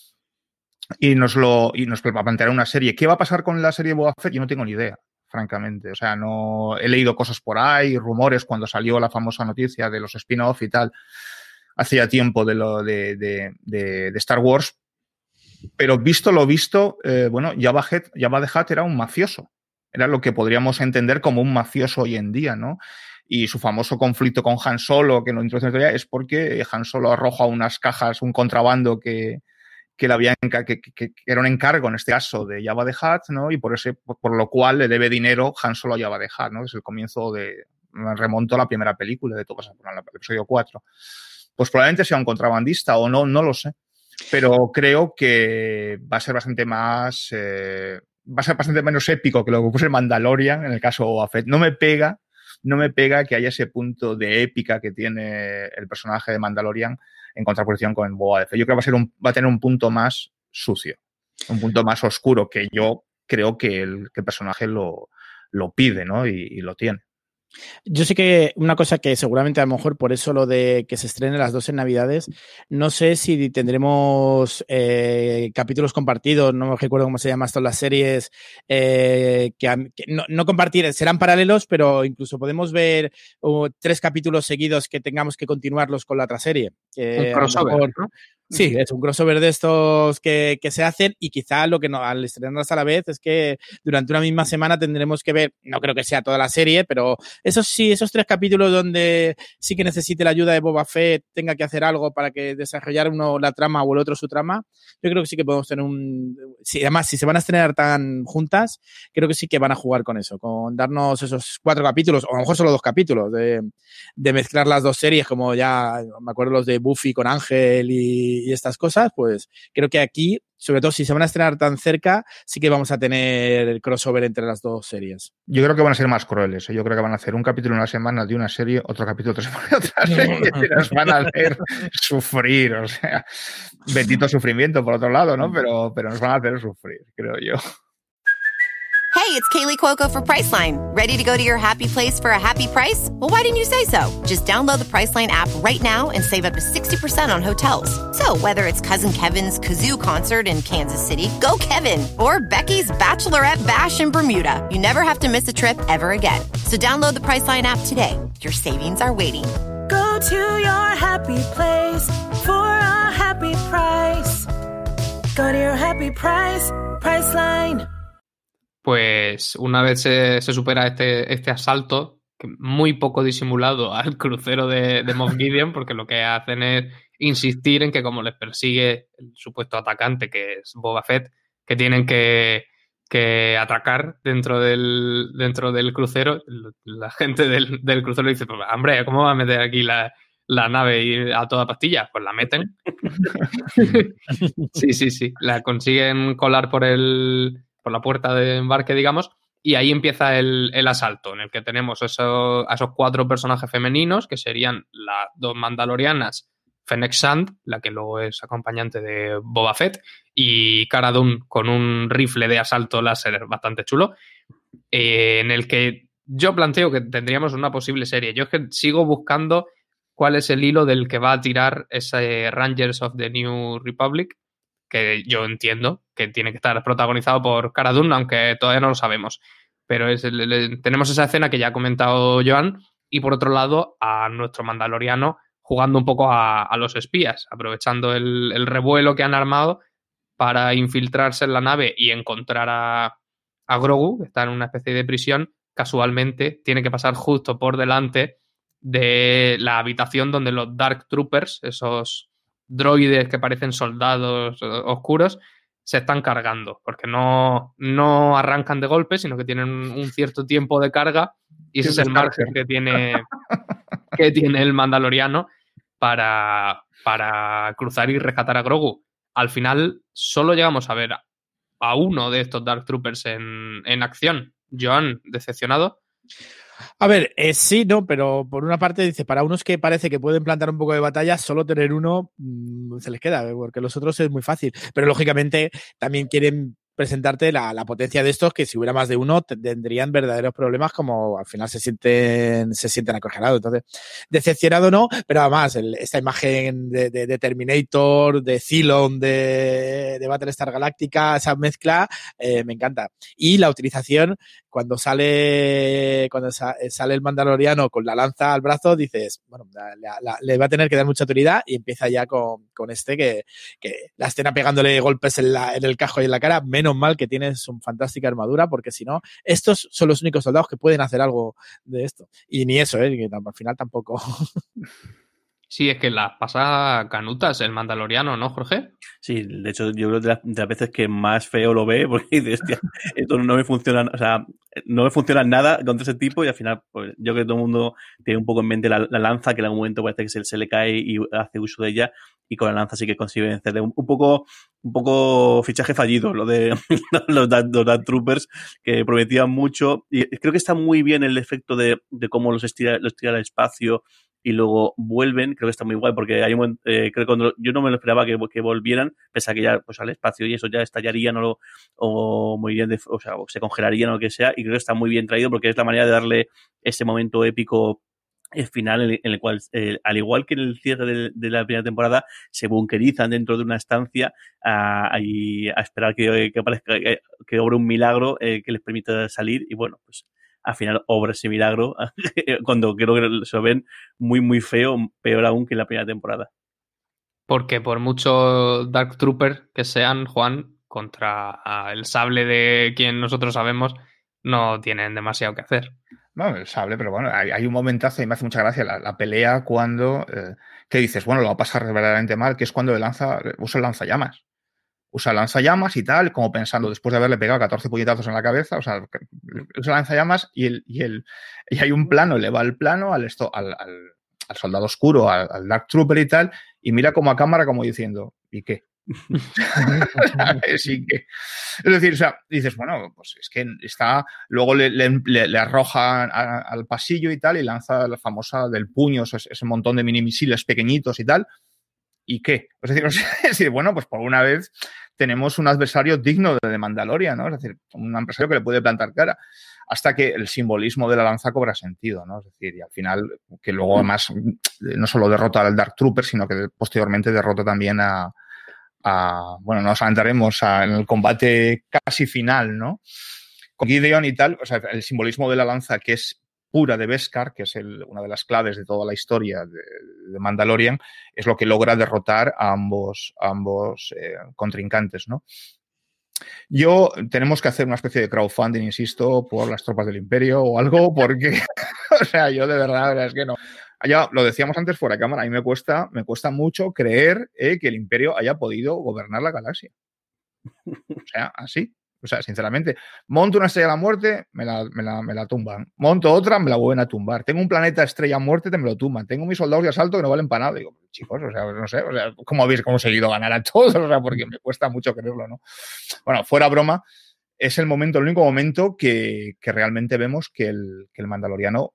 y nos lo y nos va a plantear una serie. ¿Qué va a pasar con la serie Boba Fett? Yo no tengo ni idea, francamente. O sea, no he leído cosas por ahí, rumores cuando salió la famosa noticia de los spin-off y tal. Hacía tiempo de lo de, de, de, de Star Wars, pero visto lo visto, eh, bueno, Jabba, Hutt, Jabba the Hutt era un mafioso, era lo que podríamos entender como un mafioso hoy en día, ¿no? Y su famoso conflicto con Han Solo, que lo introduce en la historia, es porque Han Solo arroja unas cajas, un contrabando que, que, le había, que, que, que era un encargo, en este caso, de Jabba the Hutt, ¿no? Y por, ese, por lo cual le debe dinero Han Solo a Jabba the Hutt, ¿no? Es el comienzo de, me remonto a la primera película de todo, el episodio cuatro. Pues probablemente sea un contrabandista o no, no lo sé. Pero creo que va a ser bastante más... Eh, va a ser bastante menos épico que lo que puso el Mandalorian, en el caso de Boba Fett. No me pega, no me pega que haya ese punto de épica que tiene el personaje de Mandalorian en contraposición con Boba Fett. Yo creo que va a, ser un, va a tener un punto más sucio, un punto más oscuro, que yo creo que el, que el personaje lo, lo pide, ¿no? Y, y lo tiene. Yo sé que una cosa que seguramente a lo mejor por eso lo de que se estrenen las dos en Navidades, no sé si tendremos eh, capítulos compartidos, no me recuerdo cómo se llama esto en las series, eh, que, que no, no compartir, serán paralelos, pero incluso podemos ver uh, tres capítulos seguidos que tengamos que continuarlos con la otra serie. Eh, un crossover, mejor, ¿no? Sí, es un crossover de estos que, que se hacen y quizá lo que no, al estrenarlas a la vez es que durante una misma semana tendremos que ver, no creo que sea toda la serie, pero esos sí, esos tres capítulos donde sí que necesite la ayuda de Boba Fett, tenga que hacer algo para que desarrollar uno la trama o el otro su trama, yo creo que sí que podemos tener un... Sí, además, si se van a estrenar tan juntas, creo que sí que van a jugar con eso, con darnos esos cuatro capítulos, o a lo mejor solo dos capítulos, de, de mezclar las dos series, como ya me acuerdo los de Buffy con Ángel y y estas cosas, pues creo que aquí, sobre todo si se van a estrenar tan cerca, sí que vamos a tener el crossover entre las dos series. Yo creo que van a ser más crueles, ¿eh? Yo creo que van a hacer un capítulo una semana de una serie, otro capítulo otra semana de otra serie, y nos van a hacer sufrir, o sea, bendito sufrimiento por otro lado, ¿no? Pero, pero nos van a hacer sufrir, creo yo. Hey, it's Kaylee Cuoco for Priceline. Ready to go to your happy place for a happy price? Well, why didn't you say so? Just download the Priceline app right now and save up to sixty percent on hotels. So whether it's Cousin Kevin's Kazoo Concert in Kansas City, go Kevin, or Becky's Bachelorette Bash in Bermuda, you never have to miss a trip ever again. So download the Priceline app today. Your savings are waiting. Go to your happy place for a happy price. Go to your happy price, Priceline. Pues una vez se, se supera este, este asalto, muy poco disimulado al crucero de, de Moff Gideon, porque lo que hacen es insistir en que como les persigue el supuesto atacante, que es Boba Fett, que tienen que, que atracar dentro del, dentro del crucero, la gente del, del crucero dice, pues, hombre, ¿cómo va a meter aquí la, la nave y a toda pastilla? Pues la meten. Sí, sí, sí. La consiguen colar por el... por la puerta de embarque, digamos, y ahí empieza el, el asalto, en el que tenemos eso, a esos cuatro personajes femeninos, que serían las dos mandalorianas, Fennec Shand, la que luego es acompañante de Boba Fett, y Cara Dune con un rifle de asalto láser bastante chulo, eh, en el que yo planteo que tendríamos una posible serie. Yo es que sigo buscando cuál es el hilo del que va a tirar ese Rangers of the New Republic, que yo entiendo que tiene que estar protagonizado por Cara Dune, aunque todavía no lo sabemos. Pero es el, el, tenemos esa escena que ya ha comentado Joan, y por otro lado a nuestro mandaloriano jugando un poco a, a los espías, aprovechando el, el revuelo que han armado para infiltrarse en la nave y encontrar a, a Grogu, que está en una especie de prisión. Casualmente tiene que pasar justo por delante de la habitación donde los Dark Troopers, esos droides que parecen soldados oscuros, se están cargando, porque no, no arrancan de golpe, sino que tienen un cierto tiempo de carga y ese es el margen que tiene, que tiene el Mandaloriano para, para cruzar y rescatar a Grogu. Al final solo llegamos a ver a, a uno de estos Dark Troopers en, en acción. Joan, ¿decepcionado? A ver, eh, sí, no, pero por una parte dice, para unos que parece que pueden plantar un poco de batalla, solo tener uno mmm, se les queda, porque los otros es muy fácil. Pero lógicamente también quieren presentarte la, la potencia de estos, que si hubiera más de uno tendrían verdaderos problemas, como al final se sienten se sienten acorralados. Entonces, decepcionado no, pero además el, esta imagen de, de, de Terminator, de Cylon, de, de Battlestar Galactica, esa mezcla eh, me encanta. Y la utilización, cuando sale cuando sa, sale el Mandaloriano con la lanza al brazo, dices, bueno, la, la, la, le va a tener que dar mucha autoridad, y empieza ya con, con este que, que la escena pegándole golpes en, la, en el casco y en la cara. Menos mal que tiene su fantástica armadura, porque si no, estos son los únicos soldados que pueden hacer algo de esto. Y ni eso, ¿eh? Que al final tampoco. Sí, es que las pasa canutas el Mandaloriano, ¿no, Jorge? Sí, de hecho, yo creo que de las, de las veces que más feo lo ve, porque dice, hostia, esto no me funciona, o sea, no me funciona nada contra ese tipo, y al final, pues yo creo que todo el mundo tiene un poco en mente la, la lanza, que en algún momento parece que se, se le cae y hace uso de ella, y con la lanza sí que consigue vencerle. Un, un poco un poco fichaje fallido, lo de los Dark Troopers, que prometían mucho, y creo que está muy bien el efecto de, de cómo los estira, los tira al espacio y luego vuelven. Creo que está muy guay, porque hay un, eh, creo que cuando yo no me lo esperaba que, que volvieran, pese a que ya pues al espacio y eso ya estallarían o, o muy bien de, o sea, o se congelarían o lo que sea, y creo que está muy bien traído, porque es la manera de darle ese momento épico el final, en el, en el cual, eh, al igual que en el cierre de, de la primera temporada, se bunkerizan dentro de una estancia a, a, a esperar que, que aparezca, que, que obre un milagro eh, que les permita salir, y bueno, pues al final obra ese milagro cuando creo que se lo ven muy muy feo, peor aún que en la primera temporada. Porque por mucho Dark Trooper que sean, Juan, contra el sable de quien nosotros sabemos, no tienen demasiado que hacer. No, el sable, pero bueno, hay, hay un momentazo y me hace mucha gracia la, la pelea cuando eh, que dices, bueno, lo va a pasar verdaderamente mal, que es cuando le lanza, usa el lanzallamas. Usa lanzallamas y tal, como pensando, después de haberle pegado catorce puñetazos en la cabeza, o sea, usa lanzallamas y, el, y, el, y hay un plano, le va el plano al, esto, al, al, al soldado oscuro, al, al Dark Trooper y tal, y mira como a cámara como diciendo, ¿y qué? Sí, que. Es decir, o sea, dices, bueno, pues es que está. Luego le, le, le arroja a, al pasillo y tal, y lanza la famosa del puño, ese, ese montón de mini misiles pequeñitos y tal. ¿Y qué? Es decir, o sea, es decir, bueno, pues por una vez tenemos un adversario digno de Mandalorian, ¿no? Es decir, un adversario que le puede plantar cara. Hasta que el simbolismo de la lanza cobra sentido, ¿no? Es decir, y al final, que luego además no solo derrota al Dark Trooper, sino que posteriormente derrota también a. A, bueno, nos adentraremos a, en el combate casi final, ¿no? Con Gideon y tal, o sea, el simbolismo de la lanza, que es pura de Beskar, que es el, una de las claves de toda la historia de, de Mandalorian, es lo que logra derrotar a ambos, a ambos eh, contrincantes, ¿no? Yo, tenemos que hacer una especie de crowdfunding, insisto, por las tropas del Imperio o algo, porque, o sea, yo de verdad, verdad es que no. Ya lo decíamos antes fuera de cámara, a mí me cuesta, me cuesta mucho creer eh, que el Imperio haya podido gobernar la galaxia. O sea, así. O sea, sinceramente, monto una estrella de la muerte, me la, me, la, me la tumban. Monto otra, me la vuelven a tumbar. Tengo un planeta estrella muerte, te me lo tumban. Tengo mis soldados de asalto que no valen para nada. Digo, chicos, o sea, no sé, o sea, ¿cómo habéis conseguido ganar a todos? O sea, porque me cuesta mucho creerlo, ¿no? Bueno, fuera broma, es el momento, el único momento que, que realmente vemos que el, que el Mandaloriano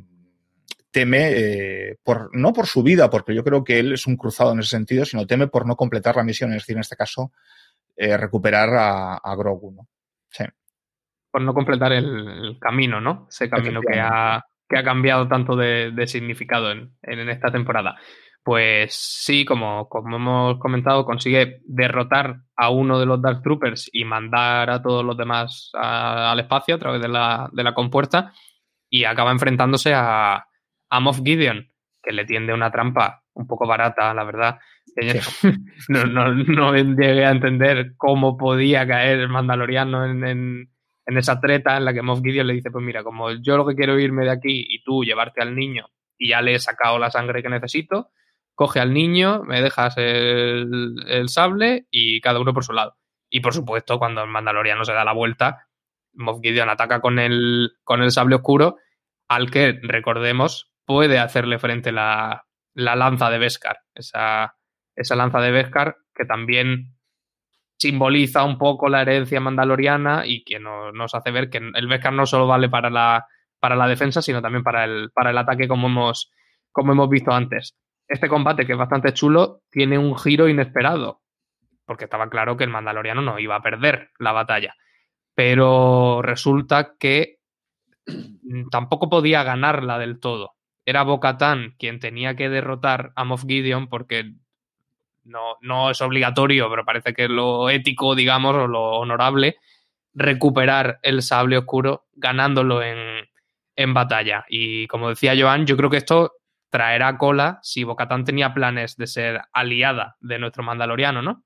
teme, eh, por, no por su vida, porque yo creo que él es un cruzado en ese sentido, sino teme por no completar la misión, es decir, en este caso, eh, recuperar a, a Grogu, ¿no? Sí. Por no completar el, el camino, ¿no? Ese camino que ha, que ha cambiado tanto de, de significado en, en esta temporada. Pues sí, como, como hemos comentado, consigue derrotar a uno de los Dark Troopers y mandar a todos los demás a, al espacio a través de la, de la compuerta, y acaba enfrentándose a a Moff Gideon, que le tiende una trampa un poco barata, la verdad. Sí. No, no, no llegué a entender cómo podía caer el Mandaloriano en, en, en esa treta en la que Moff Gideon le dice, pues mira, como yo lo que quiero irme de aquí y tú llevarte al niño y ya le he sacado la sangre que necesito, coge al niño, me dejas el, el sable y cada uno por su lado. Y por supuesto, cuando el Mandaloriano se da la vuelta, Moff Gideon ataca con el, con el sable oscuro, al que, recordemos, puede hacerle frente la, la lanza de Beskar. Esa, esa lanza de Beskar que también simboliza un poco la herencia mandaloriana y que nos, nos hace ver que el Beskar no solo vale para la, para la defensa, sino también para el, para el ataque, como hemos, como hemos visto antes. Este combate, que es bastante chulo, tiene un giro inesperado, porque estaba claro que el Mandaloriano no iba a perder la batalla. Pero resulta que tampoco podía ganarla del todo. Era Bo-Katan quien tenía que derrotar a Moff Gideon, porque no, no es obligatorio, pero parece que es lo ético, digamos, o lo honorable, recuperar el sable oscuro ganándolo en, en batalla. Y como decía Joan, yo creo que esto traerá cola si Bo-Katan tenía planes de ser aliada de nuestro Mandaloriano, ¿no?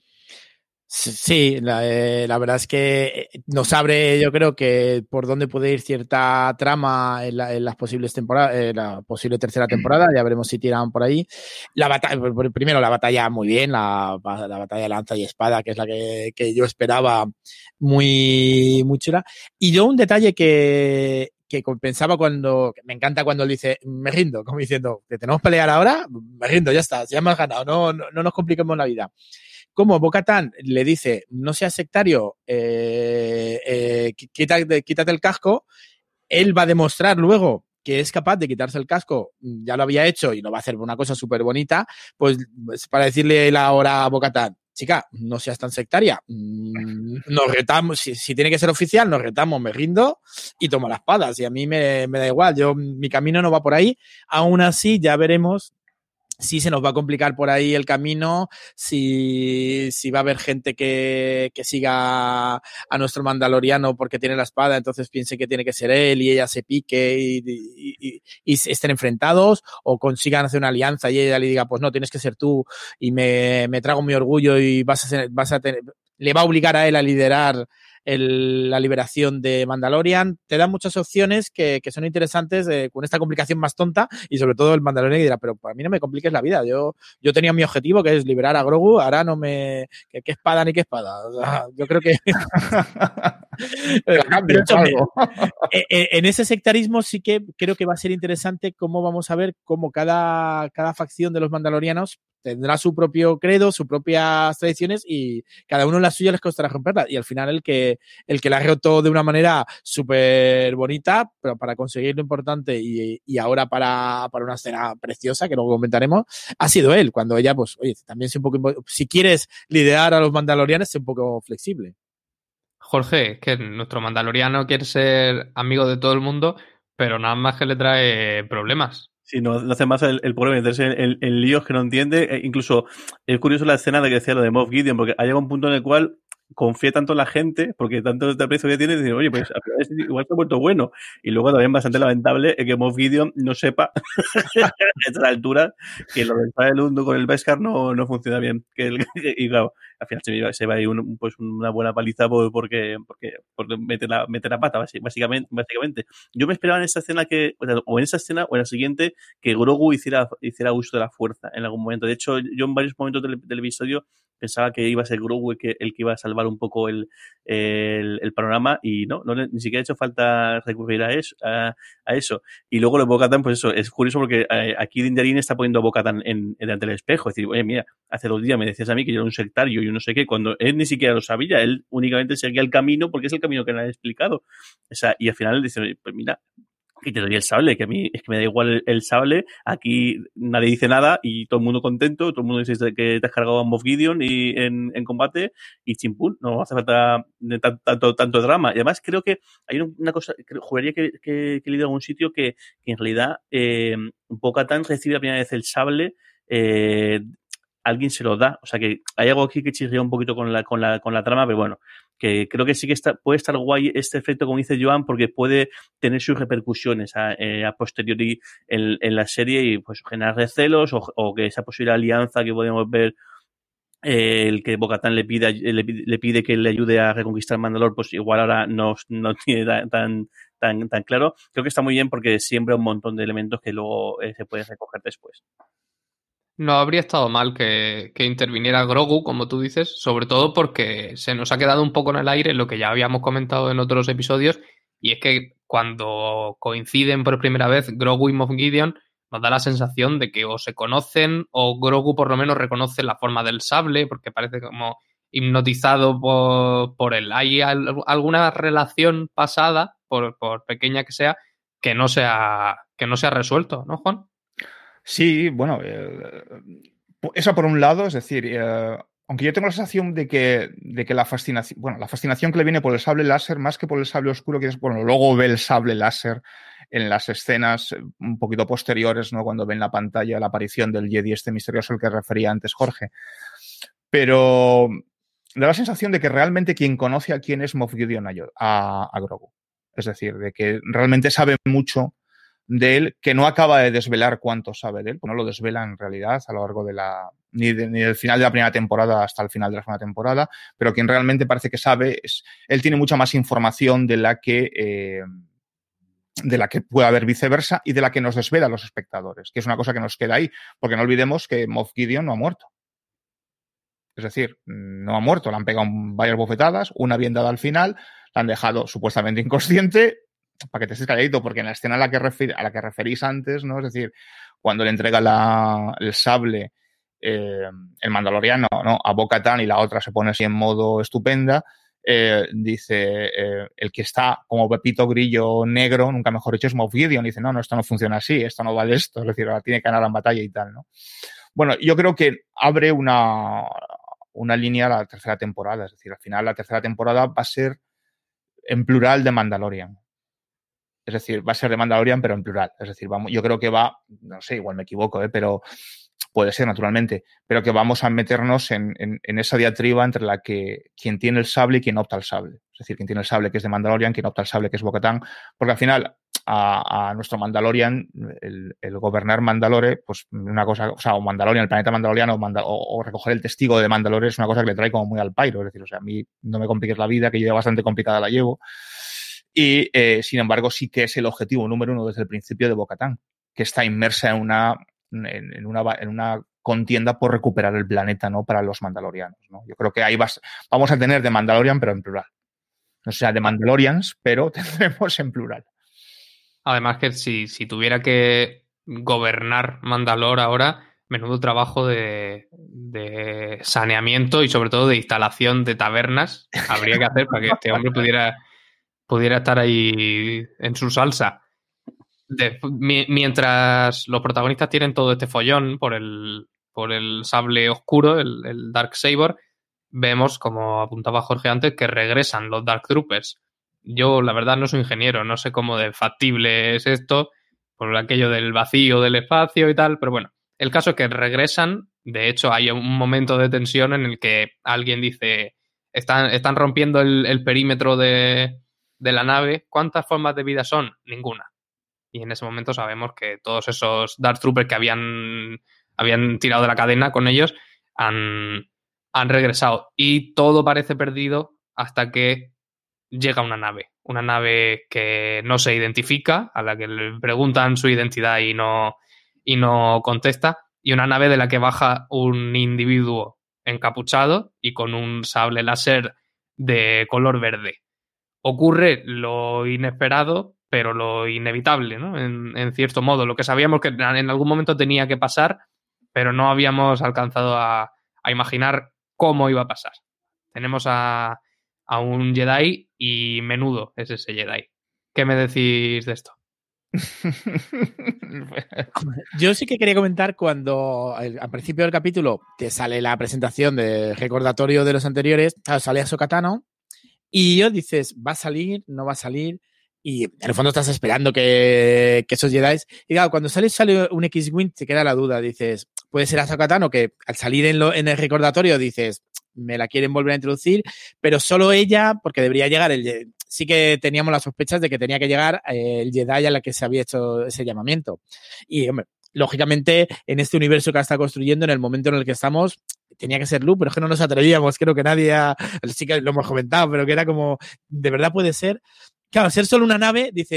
Sí, la, eh, la verdad es que nos abre, yo creo que por dónde puede ir cierta trama en, la, en las posibles temporadas, eh, la posible tercera temporada, ya veremos si tiran por ahí. La batalla, primero la batalla muy bien, la, la batalla de lanza y espada, que es la que, que yo esperaba, muy, muy chula. Y yo un detalle que, que pensaba cuando, me encanta cuando él dice, me rindo, como diciendo, ¿te tenemos que pelear ahora? Me rindo, ya está, ya me has ganado, no, no, no nos compliquemos la vida. Como Bo-Katan le dice, no seas sectario, eh, eh, quítate, quítate el casco, él va a demostrar luego que es capaz de quitarse el casco, ya lo había hecho y lo va a hacer una cosa súper bonita, pues para decirle ahora a Bo-Katan, chica, no seas tan sectaria, nos retamos, si, si tiene que ser oficial, nos retamos, me rindo y tomo las espadas, y a mí me, me da igual, yo, mi camino no va por ahí, aún así ya veremos si se nos va a complicar por ahí el camino, si, si va a haber gente que, que siga a nuestro Mandaloriano porque tiene la espada, entonces piense que tiene que ser él y ella se pique y, y, y, y estén enfrentados, o consigan hacer una alianza y ella le diga, pues no, tienes que ser tú y me, me trago mi orgullo y vas a, ser, vas a tener, le va a obligar a él a liderar el, la liberación de Mandalorian. Te dan muchas opciones que, que son interesantes eh, con esta complicación más tonta, y sobre todo el Mandalorian que dirá, pero para mí no me compliques la vida, yo, yo tenía mi objetivo que es liberar a Grogu, ahora no me... ¿Qué, qué espada ni qué espada? O sea, yo creo que... pero hecho, me, en ese sectarismo sí que creo que va a ser interesante cómo vamos a ver cómo cada, cada facción de los mandalorianos tendrá su propio credo, sus propias tradiciones, y cada uno en la suya les costará romperla. Y al final el que, el que la ha roto de una manera súper bonita, pero para conseguir lo importante y, y ahora para, para una escena preciosa, que luego comentaremos, ha sido él. Cuando ella, pues, oye, también sé un poco, si quieres liderar a los mandalorianos, sé un poco flexible. Jorge, que nuestro mandaloriano quiere ser amigo de todo el mundo, pero nada más que le trae problemas. Sí, no, no hace más el, el pobre meterse en, en, en líos que no entiende. E incluso es curioso la escena de que decía lo de Moff Gideon, porque ha llegado un punto en el cual confía tanto en la gente, porque tanto este aprecio que tiene, dice, oye, pues igual se ha vuelto bueno. Y luego también bastante lamentable es que Moff Gideon no sepa a esta altura que lo del Fire Lundu con el Beskar no, no funciona bien. Que el, y claro, al final se va, se va a ir un, pues una buena paliza porque, porque, porque mete, la, mete la pata, básicamente, básicamente. Yo me esperaba en esta escena que, o en esa escena o en la siguiente, que Grogu hiciera, hiciera uso de la fuerza en algún momento. De hecho, yo en varios momentos del, del episodio pensaba que iba a ser Grogu el que, el que iba a salvar un poco el, el, el panorama, y no, no, ni siquiera ha hecho falta recurrir a eso. A, a eso. Y luego lo de Bo-Katan, pues eso, es curioso porque eh, aquí Din Djarin está poniendo a Bo-Katan en, en, delante del espejo. Es decir, oye, mira, hace dos días me decías a mí que yo era un sectario y yo no sé qué, cuando él ni siquiera lo sabía, él únicamente seguía el camino porque es el camino que le han explicado. O sea, y al final dice, oye, pues mira, que te doy el sable, que a mí es que me da igual el, el sable, aquí nadie dice nada y todo el mundo contento, todo el mundo dice que te has cargado a Moff Gideon y en, en combate y chimpún, no hace falta tanto, tanto, tanto drama. Y además creo que hay una cosa, creo, juraría que, que, que he leído en algún sitio que, que en realidad eh, Bo-Katan recibe la primera vez el sable, eh, alguien se lo da, o sea que hay algo aquí que chirría un poquito con la, con la, con la trama, pero bueno, que creo que sí que está, puede estar guay este efecto, como dice Joan, porque puede tener sus repercusiones a, eh, a posteriori en, en la serie y pues generar recelos o, o que esa posible alianza que podemos ver, eh, el que Bo-Katan le pide, le, le pide que le ayude a reconquistar Mandalore, pues igual ahora no, no tiene tan, tan, tan claro. Creo que está muy bien porque siembra un montón de elementos que luego eh, se pueden recoger después. No habría estado mal que, que interviniera Grogu, como tú dices, sobre todo porque se nos ha quedado un poco en el aire lo que ya habíamos comentado en otros episodios, y es que cuando coinciden por primera vez Grogu y Moff Gideon, nos da la sensación de que o se conocen o Grogu por lo menos reconoce la forma del sable, porque parece como hipnotizado por, por él. ¿Hay al, alguna relación pasada, por, por pequeña que sea, que no se ha, que no se ha resuelto, ¿no, Juan? Sí, bueno, eh, eso por un lado, es decir, eh, aunque yo tengo la sensación de que, de que la fascinación, bueno, la fascinación que le viene por el sable láser, más que por el sable oscuro, que es, bueno, luego ve el sable láser en las escenas un poquito posteriores, ¿no? Cuando ve en la pantalla la aparición del Jedi este misterioso al que refería antes Jorge. Pero da la sensación de que realmente quien conoce a quién es Moff Gideon a, a, a Grogu. Es decir, de que realmente sabe mucho de él, que no acaba de desvelar cuánto sabe de él, pues no lo desvela en realidad a lo largo de la, ni, de, ni del final de la primera temporada hasta el final de la segunda temporada, pero quien realmente parece que sabe es, él tiene mucha más información de la que, eh, de la que puede haber viceversa y de la que nos desvela a los espectadores, que es una cosa que nos queda ahí, porque no olvidemos que Moff Gideon no ha muerto. Es decir, no ha muerto, le han pegado varias bofetadas, una bien dada al final, la han dejado supuestamente inconsciente, para que te estés calladito, porque en la escena a la que, refer, a la que referís antes, ¿no? Es decir, cuando le entrega la, el sable eh, el mandaloriano, ¿no? A Bo-Katan y la otra se pone así en modo estupenda, eh, dice, eh, el que está como Pepito Grillo negro, nunca mejor dicho, es Moff Gideon, dice, no, no, esto no funciona así, esto no vale esto, es decir, ahora tiene que ganar en batalla y tal, ¿no? Bueno, yo creo que abre una, una línea a la tercera temporada, es decir, al final la tercera temporada va a ser en plural de Mandalorian. Es decir, va a ser de Mandalorian, pero en plural. Es decir, vamos, yo creo que va, no sé, igual me equivoco, ¿eh? Pero puede ser naturalmente, pero que vamos a meternos en, en, en esa diatriba entre la que quien tiene el sable y quien opta al sable. Es decir, quien tiene el sable que es de Mandalorian, quien opta al sable que es Bo-Katan, porque al final a, a nuestro Mandalorian, el, el gobernar Mandalore, pues una cosa, o sea, o Mandalorian, el planeta mandaloriano, o, Mandal- o, o recoger el testigo de Mandalore es una cosa que le trae como muy al pairo. Es decir, o sea, a mí no me compliques la vida, que yo ya bastante complicada la llevo. Y, eh, sin embargo, sí que es el objetivo número uno desde el principio de Bo-Katan, que está inmersa en una, en, en, una, en una contienda por recuperar el planeta, ¿no? Para los mandalorianos, ¿no? Yo creo que ahí vas, vamos a tener de Mandalorian, pero en plural. O sea, de Mandalorians, pero tendremos en plural. Además que si, si tuviera que gobernar Mandalor ahora, menudo trabajo de, de saneamiento y sobre todo de instalación de tabernas habría que hacer para que este hombre pudiera... pudiera estar ahí en su salsa. De, mi, mientras los protagonistas tienen todo este follón por el, por el sable oscuro, el, el Darksaber, vemos, como apuntaba Jorge antes, que regresan los Dark Troopers. Yo, la verdad, no soy ingeniero, no sé cómo de factible es esto, por aquello del vacío del espacio y tal, pero bueno, el caso es que regresan. De hecho, hay un momento de tensión en el que alguien dice, están, están rompiendo el, el perímetro de... de la nave. ¿Cuántas formas de vida son? Ninguna. Y en ese momento sabemos que todos esos Dark Troopers que habían, habían tirado de la cadena con ellos han, han regresado. Y todo parece perdido hasta que llega una nave. Una nave que no se identifica, a la que le preguntan su identidad y no, y no contesta. Y una nave de la que baja un individuo encapuchado y con un sable láser de color verde. Ocurre lo inesperado, pero lo inevitable, ¿no? En, en cierto modo, lo que sabíamos que en algún momento tenía que pasar, pero no habíamos alcanzado a, a imaginar cómo iba a pasar. Tenemos a, a un Jedi y menudo es ese Jedi. ¿Qué me decís de esto? Yo sí que quería comentar cuando al principio del capítulo te sale la presentación del recordatorio de los anteriores, claro, sale Ahsoka Tano. Y yo dices, ¿va a salir? ¿No va a salir? Y en el fondo estás esperando que, que esos Jedi... Y claro, cuando sale, sale un X-Wing, te queda la duda. Dices, puede ser Ahsoka Tano, que al salir en, lo, en el recordatorio dices, me la quieren volver a introducir, pero solo ella, porque debería llegar el... Sí que teníamos las sospechas de que tenía que llegar el Jedi a la que se había hecho ese llamamiento. Y, hombre, lógicamente, en este universo que está construyendo, en el momento en el que estamos... tenía que ser Luke, pero es que no nos atrevíamos, creo que nadie ha, sí que lo hemos comentado, pero que era como, ¿de verdad puede ser? Claro, ser solo una nave, dices,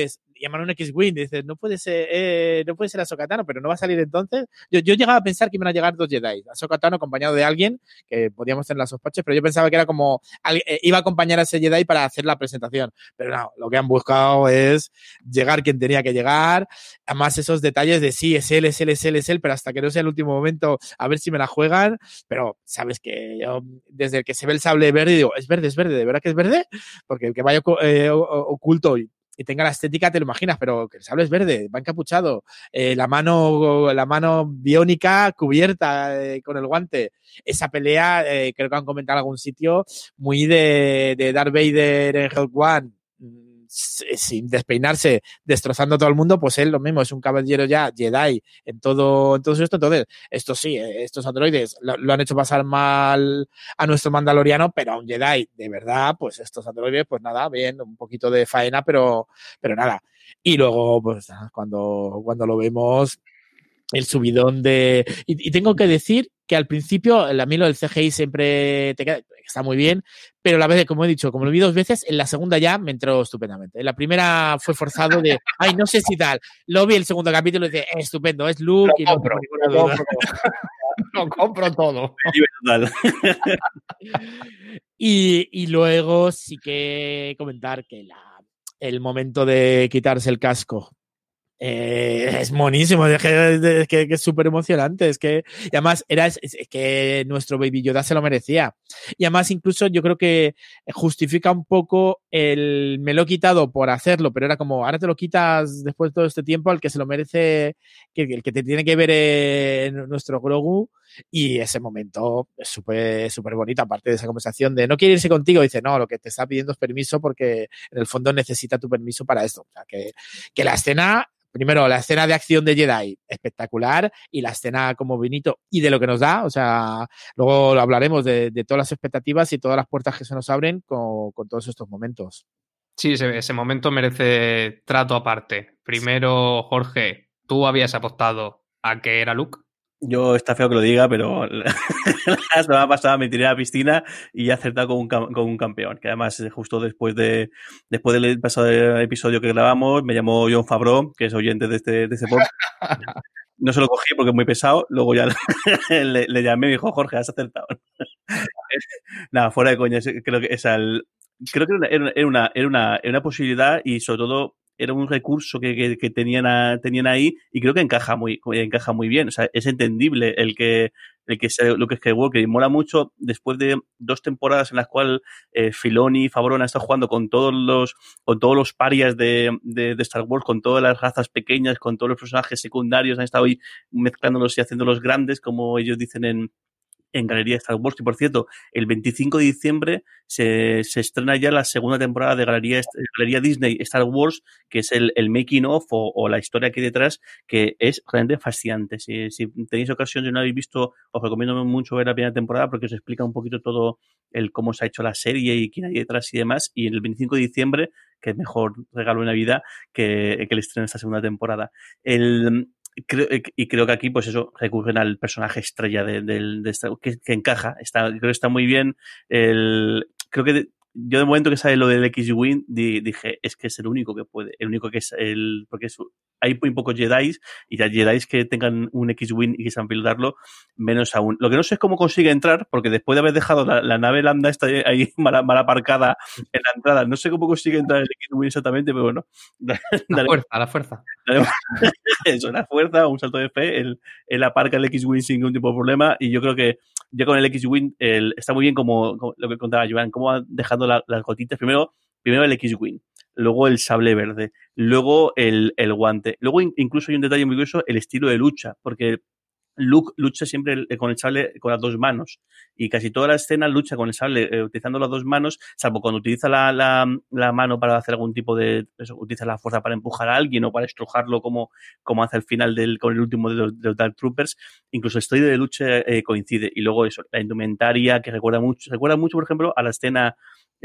llaman un X-Wing, dices, no puede ser, eh, no puede ser Ahsoka Tano, pero no va a salir entonces. Yo, yo llegaba a pensar que iban a llegar dos Jedi, Ahsoka Tano acompañado de alguien, que podíamos tener las sospechas, pero yo pensaba que era como, eh, iba a acompañar a ese Jedi para hacer la presentación. Pero no, lo que han buscado es llegar quien tenía que llegar, además esos detalles de sí, es él, es él, es él, es él, pero hasta que no sea el último momento, a ver si me la juegan, pero sabes que yo, desde el que se ve el sable verde, digo, es verde, es verde, ¿de verdad que es verde? Porque el que vaya eh, oculto y, y tenga la estética te lo imaginas, pero que el sable es verde, va encapuchado, eh, la mano la mano biónica cubierta eh, con el guante. Esa pelea, eh, creo que han comentado en algún sitio, muy de, de Darth Vader en Rogue One, sin despeinarse, destrozando a todo el mundo, pues él lo mismo, es un caballero ya Jedi en todo, en todo esto. Entonces, esto sí, estos androides lo, lo han hecho pasar mal a nuestro mandaloriano, pero a un Jedi de verdad, pues estos androides, pues nada, bien, un poquito de faena, pero, pero nada. Y luego, pues cuando, cuando lo vemos, el subidón de... Y, y tengo que decir que al principio, a mí lo del C G I siempre te queda, está muy bien, pero la vez, como he dicho, como lo vi dos veces, en la segunda ya me entró estupendamente. En la primera fue forzado de, ay, no sé si tal. Lo vi el segundo capítulo y dije, eh, estupendo, es Luke lo y no compro, tengo lo ninguna duda. compro. Lo compro todo. y, y luego sí que comentar que la, el momento de quitarse el casco Eh, es monísimo, es que es que, que es súper emocionante, es que y además era es, es que nuestro Baby Yoda se lo merecía y además incluso yo creo que justifica un poco el me lo he quitado por hacerlo, pero era como ahora te lo quitas después de todo este tiempo al que se lo merece, que el que te tiene que ver en nuestro Grogu. Y ese momento es súper súper bonito, aparte de esa conversación de no quiere irse contigo, dice no, lo que te está pidiendo es permiso porque en el fondo necesita tu permiso para esto, o sea que, que la escena, primero la escena de acción de Jedi, espectacular, y la escena como Benito y de lo que nos da, o sea, luego hablaremos de, de todas las expectativas y todas las puertas que se nos abren con, con todos estos momentos. Sí, ese, ese momento merece trato aparte. Primero, Jorge, tú habías apostado a que era Luke. Yo está feo que lo diga, pero la semana pasada me tiré a la piscina y he acertado con un, con un campeón, que además justo después de después del pasado episodio que grabamos me llamó Jon Favreau, que es oyente de este, de este podcast. No se lo cogí porque es muy pesado, luego ya le, le llamé y me dijo, Jorge, has acertado. Nada, fuera de coña, creo que es al, creo que era una, era una, era una, era una posibilidad y sobre todo era un recurso que, que, que tenían, a, tenían ahí y creo que encaja muy, encaja muy bien. O sea, es entendible el que, el que sea Luke Skywalker y mola mucho después de dos temporadas en las cuales eh, Filoni y Favreau han estado jugando con todos los, con todos los parias de, de, de Star Wars, con todas las razas pequeñas, con todos los personajes secundarios, han estado ahí mezclándolos y haciéndolos grandes, como ellos dicen en, en Galería Star Wars, que por cierto, el veinticinco de diciembre se, se estrena ya la segunda temporada de Galería, Galería Disney Star Wars, que es el, el making of o, o la historia que hay detrás, que es realmente fascinante. Si, si tenéis ocasión, si no habéis visto, os recomiendo mucho ver la primera temporada porque os explica un poquito todo el cómo se ha hecho la serie y quién hay detrás y demás. Y el veinticinco de diciembre, que es mejor regalo de Navidad que, que el estreno de esta segunda temporada. El... Creo, y creo que aquí, pues eso, recurren al personaje estrella de, de, de esta, que, que encaja. Está, creo que está muy bien. El, creo que de, yo de momento que sale lo del X-Wing, di, dije, es que es el único que puede, el único que es el, porque es, hay muy pocos Jedi y ya Jedi que tengan un X-Wing y que sepan pilotarlo, menos aún. Lo que no sé es cómo consigue entrar, porque después de haber dejado la, la nave Lambda está ahí mal, mal aparcada en la entrada, no sé cómo consigue entrar el X-Wing exactamente, pero bueno. La dale, fuerza, la fuerza. Dale, eso, la fuerza, un salto de fe, él, él aparca el X-Wing sin ningún tipo de problema y yo creo que ya con el X-Wing el, está muy bien como, como lo que contaba Joan, cómo va dejando la, las gotitas, primero, primero el X-Wing, luego el sable verde, luego el, el guante, luego in, incluso hay un detalle muy curioso, el estilo de lucha, porque Luke lucha siempre con el sable con las dos manos y casi toda la escena lucha con el sable eh, utilizando las dos manos, salvo cuando utiliza la, la, la mano para hacer algún tipo de eso, utiliza la fuerza para empujar a alguien o para estrujarlo como, como hace al final del, con el último de los, de los Dark Troopers. Incluso el estilo de lucha eh, coincide y luego eso, la indumentaria que recuerda mucho, recuerda mucho por ejemplo a la escena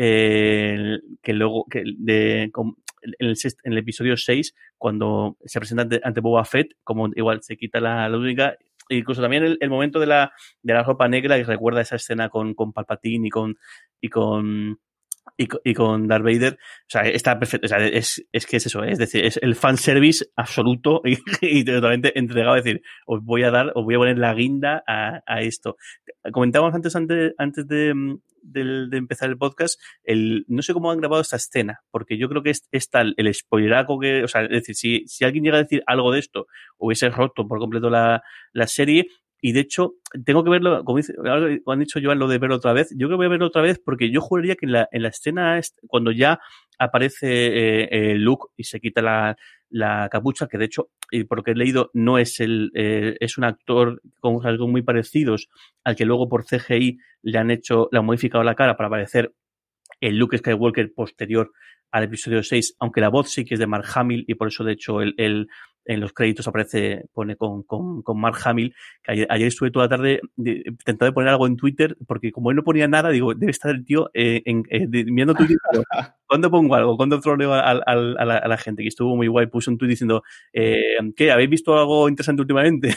eh, que luego que de con, en, el, en el episodio seis cuando se presenta ante, ante Boba Fett, como igual se quita la, la única. Incluso también el, el momento de la, de la ropa negra que recuerda esa escena con, con Palpatine y con, y con y, y con Darth Vader, o sea, está perfecto, o sea, es, es que es eso, ¿eh? Es decir, es el fanservice absoluto y, y totalmente entregado, es decir, os voy a dar, os voy a poner la guinda a, a esto. Comentábamos antes, antes, antes de, de, de empezar el podcast, el, no sé cómo han grabado esta escena, porque yo creo que es, es tal el spoileraco que, o sea, es decir, si, si alguien llega a decir algo de esto, hubiese roto por completo la, la serie. Y de hecho, tengo que verlo, como, dice, como han dicho Joan, lo de verlo otra vez. Yo creo que voy a verlo otra vez porque yo juraría que en la, en la escena, cuando ya aparece eh, eh, Luke y se quita la, la capucha, que de hecho, y por lo que he leído, no es el, eh, es un actor con algo muy parecidos al que luego por C G I le han hecho, le han modificado la cara para parecer el Luke Skywalker posterior al episodio seis, aunque la voz sí que es de Mark Hamill y por eso de hecho el, el en los créditos aparece, pone con, con, con Mark Hamill, que ayer, ayer estuve toda la tarde intentando de poner algo en Twitter, porque como él no ponía nada, digo, debe estar el tío eh, en, eh, mirando Twitter, pero ¿cuándo pongo algo? ¿Cuándo troleo a, a, a, la, a la gente? Que estuvo muy guay, puso un tweet diciendo, eh, ¿qué? ¿Habéis visto algo interesante últimamente?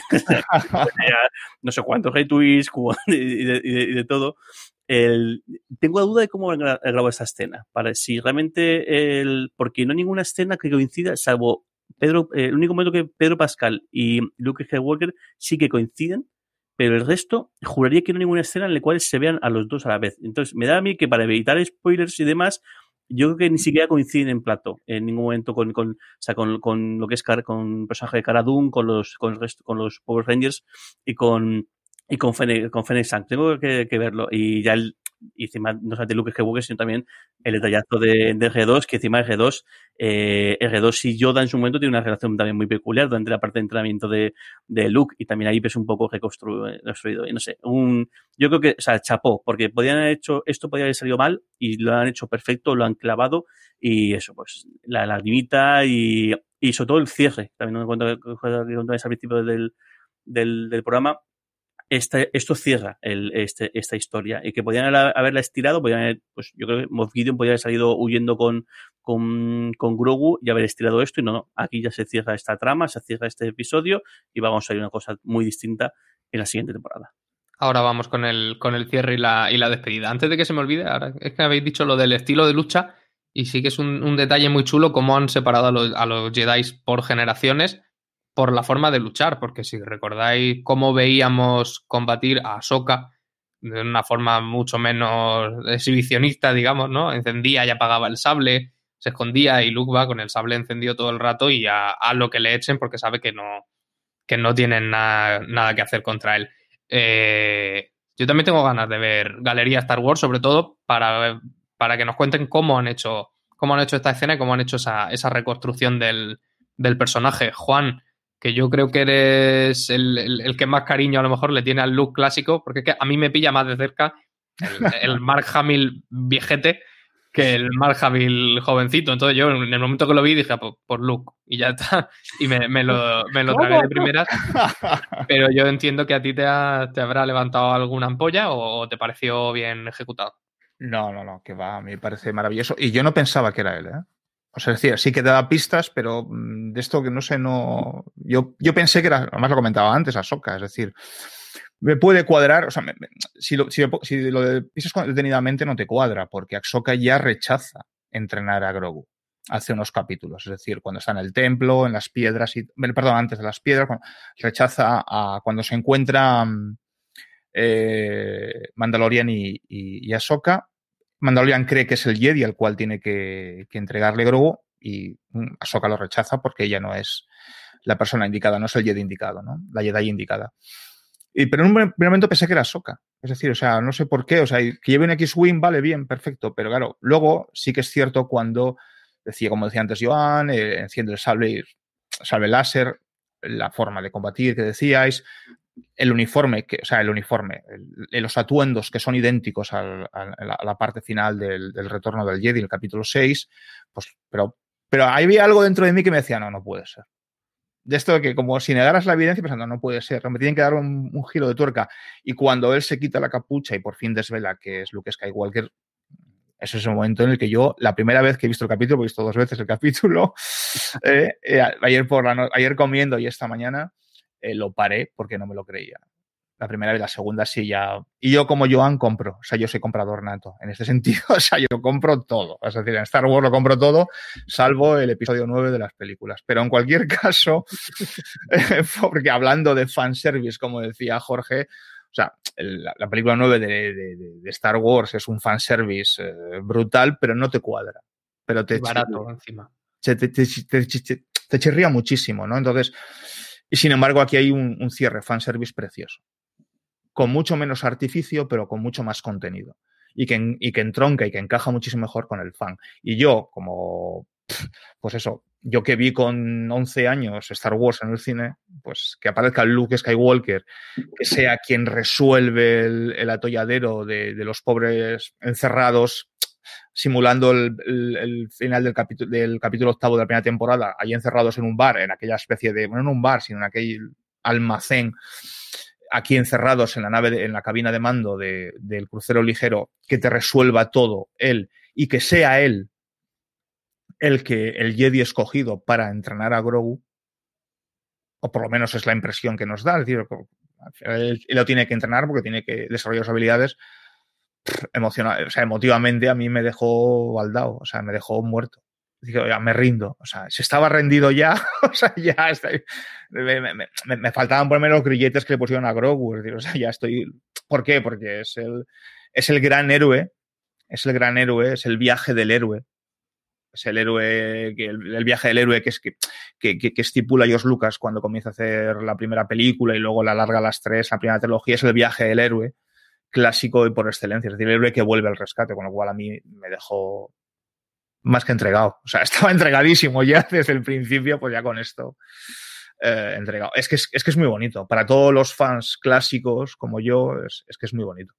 No sé cuántos retweets y de, y de, y de todo. El, tengo la duda de cómo grabó esa escena, para si realmente el, porque no hay ninguna escena que coincida, salvo Pedro, eh, el único momento que Pedro Pascal y Luke Skywalker sí que coinciden, pero el resto juraría que no hay ninguna escena en la cual se vean a los dos a la vez. Entonces me da a mí que para evitar spoilers y demás, yo creo que ni siquiera coinciden en plato en ningún momento con, con, o sea, con, con lo que es Car, con el personaje de Cara Dune, con los, con el resto, con los Power Rangers y con y con Fennec, con Fennec Shand. Tengo que, que verlo. Y ya el, y encima, no solamente Luke Skywalker, sino también el detallazo de, de R dos, que encima R dos, eh, R dos y Yoda en su momento tiene una relación también muy peculiar durante la parte de entrenamiento de, de Luke, y también ahí ves un poco reconstruido. Y no sé, un, yo creo que, o sea, chapó, porque podían haber hecho, esto podía haber salido mal, y lo han hecho perfecto, lo han clavado, y eso, pues, la lagrimita y, y sobre todo el cierre. También no me cuento que contabais al principio del, del, del programa. Esta, esto cierra el, este, esta historia, y que podían haberla estirado, podían haber, pues yo creo que Moff Gideon podía haber salido huyendo con, con, con Grogu y haber estirado esto, y no, no, aquí ya se cierra esta trama, se cierra este episodio y vamos a ver una cosa muy distinta en la siguiente temporada. Ahora vamos con el, con el cierre y la, y la despedida. Antes de que se me olvide, ahora es que habéis dicho lo del estilo de lucha, y sí que es un, un detalle muy chulo cómo han separado a los, a los Jedi por generaciones, por la forma de luchar, porque si recordáis cómo veíamos combatir a Ahsoka de una forma mucho menos exhibicionista, digamos, ¿no? Encendía y apagaba el sable, se escondía, y Luke va con el sable encendido todo el rato y a, a lo que le echen, porque sabe que no, que no tienen na, nada que hacer contra él. Eh, yo también tengo ganas de ver Galería Star Wars, sobre todo para, para que nos cuenten cómo han hecho, cómo han hecho esta escena y cómo han hecho esa, esa reconstrucción del, del personaje. Juan, que yo creo que eres el, el, el que más cariño a lo mejor le tiene al Luke clásico, porque es que a mí me pilla más de cerca el, el Mark Hamill viejete que el Mark Hamill jovencito. Entonces yo en el momento que lo vi dije, por, por Luke, y ya está, y me, me lo, me lo tragué de primeras. Pero yo entiendo que a ti te, ha, te habrá levantado alguna ampolla, o te pareció bien ejecutado. No, no, no, que va, a mí me parece maravilloso, y yo no pensaba que era él, ¿eh? O sea, es decir, sí que te da pistas, pero de esto que no sé, no... Yo, yo pensé que era, además lo comentaba antes, Ahsoka, es decir, me puede cuadrar, o sea, me, si, lo, si, si lo de piensas detenidamente no te cuadra, porque Ahsoka ya rechaza entrenar a Grogu hace unos capítulos, es decir, cuando está en el templo, en las piedras, y, perdón, antes de las piedras, cuando, rechaza a cuando se encuentra eh, Mandalorian y, y, y Ahsoka. Mandalorian cree que es el Jedi al cual tiene que, que entregarle Grogu, y Ahsoka lo rechaza porque ella no es la persona indicada, no es el Jedi indicado, ¿no? La Jedi indicada. Y, pero en un primer momento pensé que era Ahsoka. Es decir, o sea, no sé por qué, o sea, que lleve un X-Wing, vale, bien, perfecto, pero claro, luego sí que es cierto cuando decía, como decía antes Joan, eh, enciende el sable, sable láser, la forma de combatir que decíais, el uniforme, que, o sea, el uniforme, el, los atuendos que son idénticos al, a, a la parte final del, del retorno del Jedi, el capítulo seis, pues, pero, pero había algo dentro de mí que me decía, no, no puede ser. De esto de que como si negaras la evidencia pensando, no puede ser, me tienen que dar un, un giro de tuerca. Y cuando él se quita la capucha y por fin desvela que es Luke Skywalker, ese es el momento en el que yo, la primera vez que he visto el capítulo, he visto dos veces el capítulo, eh, eh, ayer, por la no ayer comiendo y esta mañana, Eh, lo paré porque no me lo creía. La primera y la segunda sí ya... Y yo como Joan compro, o sea, yo soy comprador nato. En este sentido, o sea, yo compro todo. Es decir, en Star Wars lo compro todo, salvo el episodio nueve de las películas. Pero en cualquier caso, porque hablando de fanservice, como decía Jorge, o sea, la, la película nueve de, de, de Star Wars es un fanservice eh, brutal, pero no te cuadra. Pero te barato chirría, encima. Te, te, te, te, te, te chirría muchísimo, ¿no? Entonces, y sin embargo, aquí hay un, un cierre fanservice precioso. Con mucho menos artificio, pero con mucho más contenido. Y que, y que entronca y que encaja muchísimo mejor con el fan. Y yo, como, pues eso, yo que vi con once años Star Wars en el cine, pues que aparezca Luke Skywalker, que sea quien resuelve el, el atolladero de, de los pobres encerrados, simulando el, el, el final del capítulo, del capítulo octavo de la primera temporada, ahí encerrados en un bar, en aquella especie de, bueno, no un bar, sino en aquel almacén, aquí encerrados en la nave, de, en la cabina de mando de, del crucero ligero, que te resuelva todo él y que sea él el que el Jedi escogido para entrenar a Grogu, o por lo menos es la impresión que nos da, es decir, él, él lo tiene que entrenar porque tiene que desarrollar sus habilidades. Emocional, o sea, emotivamente a mí me dejó baldao, o sea, me dejó muerto. Digo, ya me rindo, o sea, si estaba rendido ya, o sea, ya está, me, me, me, me faltaban ponerme los grilletes que le pusieron a Grogu, es decir, o sea, ya estoy, ¿por qué? Porque es el, es el gran héroe, es el gran héroe, es el viaje del héroe, es el héroe, que el, el viaje del héroe que es que, que, que, que estipula George Lucas cuando comienza a hacer la primera película y luego la larga a las tres, la primera trilogía, es el viaje del héroe clásico y por excelencia, es decir, el héroe que vuelve al rescate, con lo cual a mí me dejó más que entregado. O sea, estaba entregadísimo ya desde el principio, pues ya con esto eh, entregado. Es que es, es que es muy bonito. Para todos los fans clásicos como yo, es, es que es muy bonito.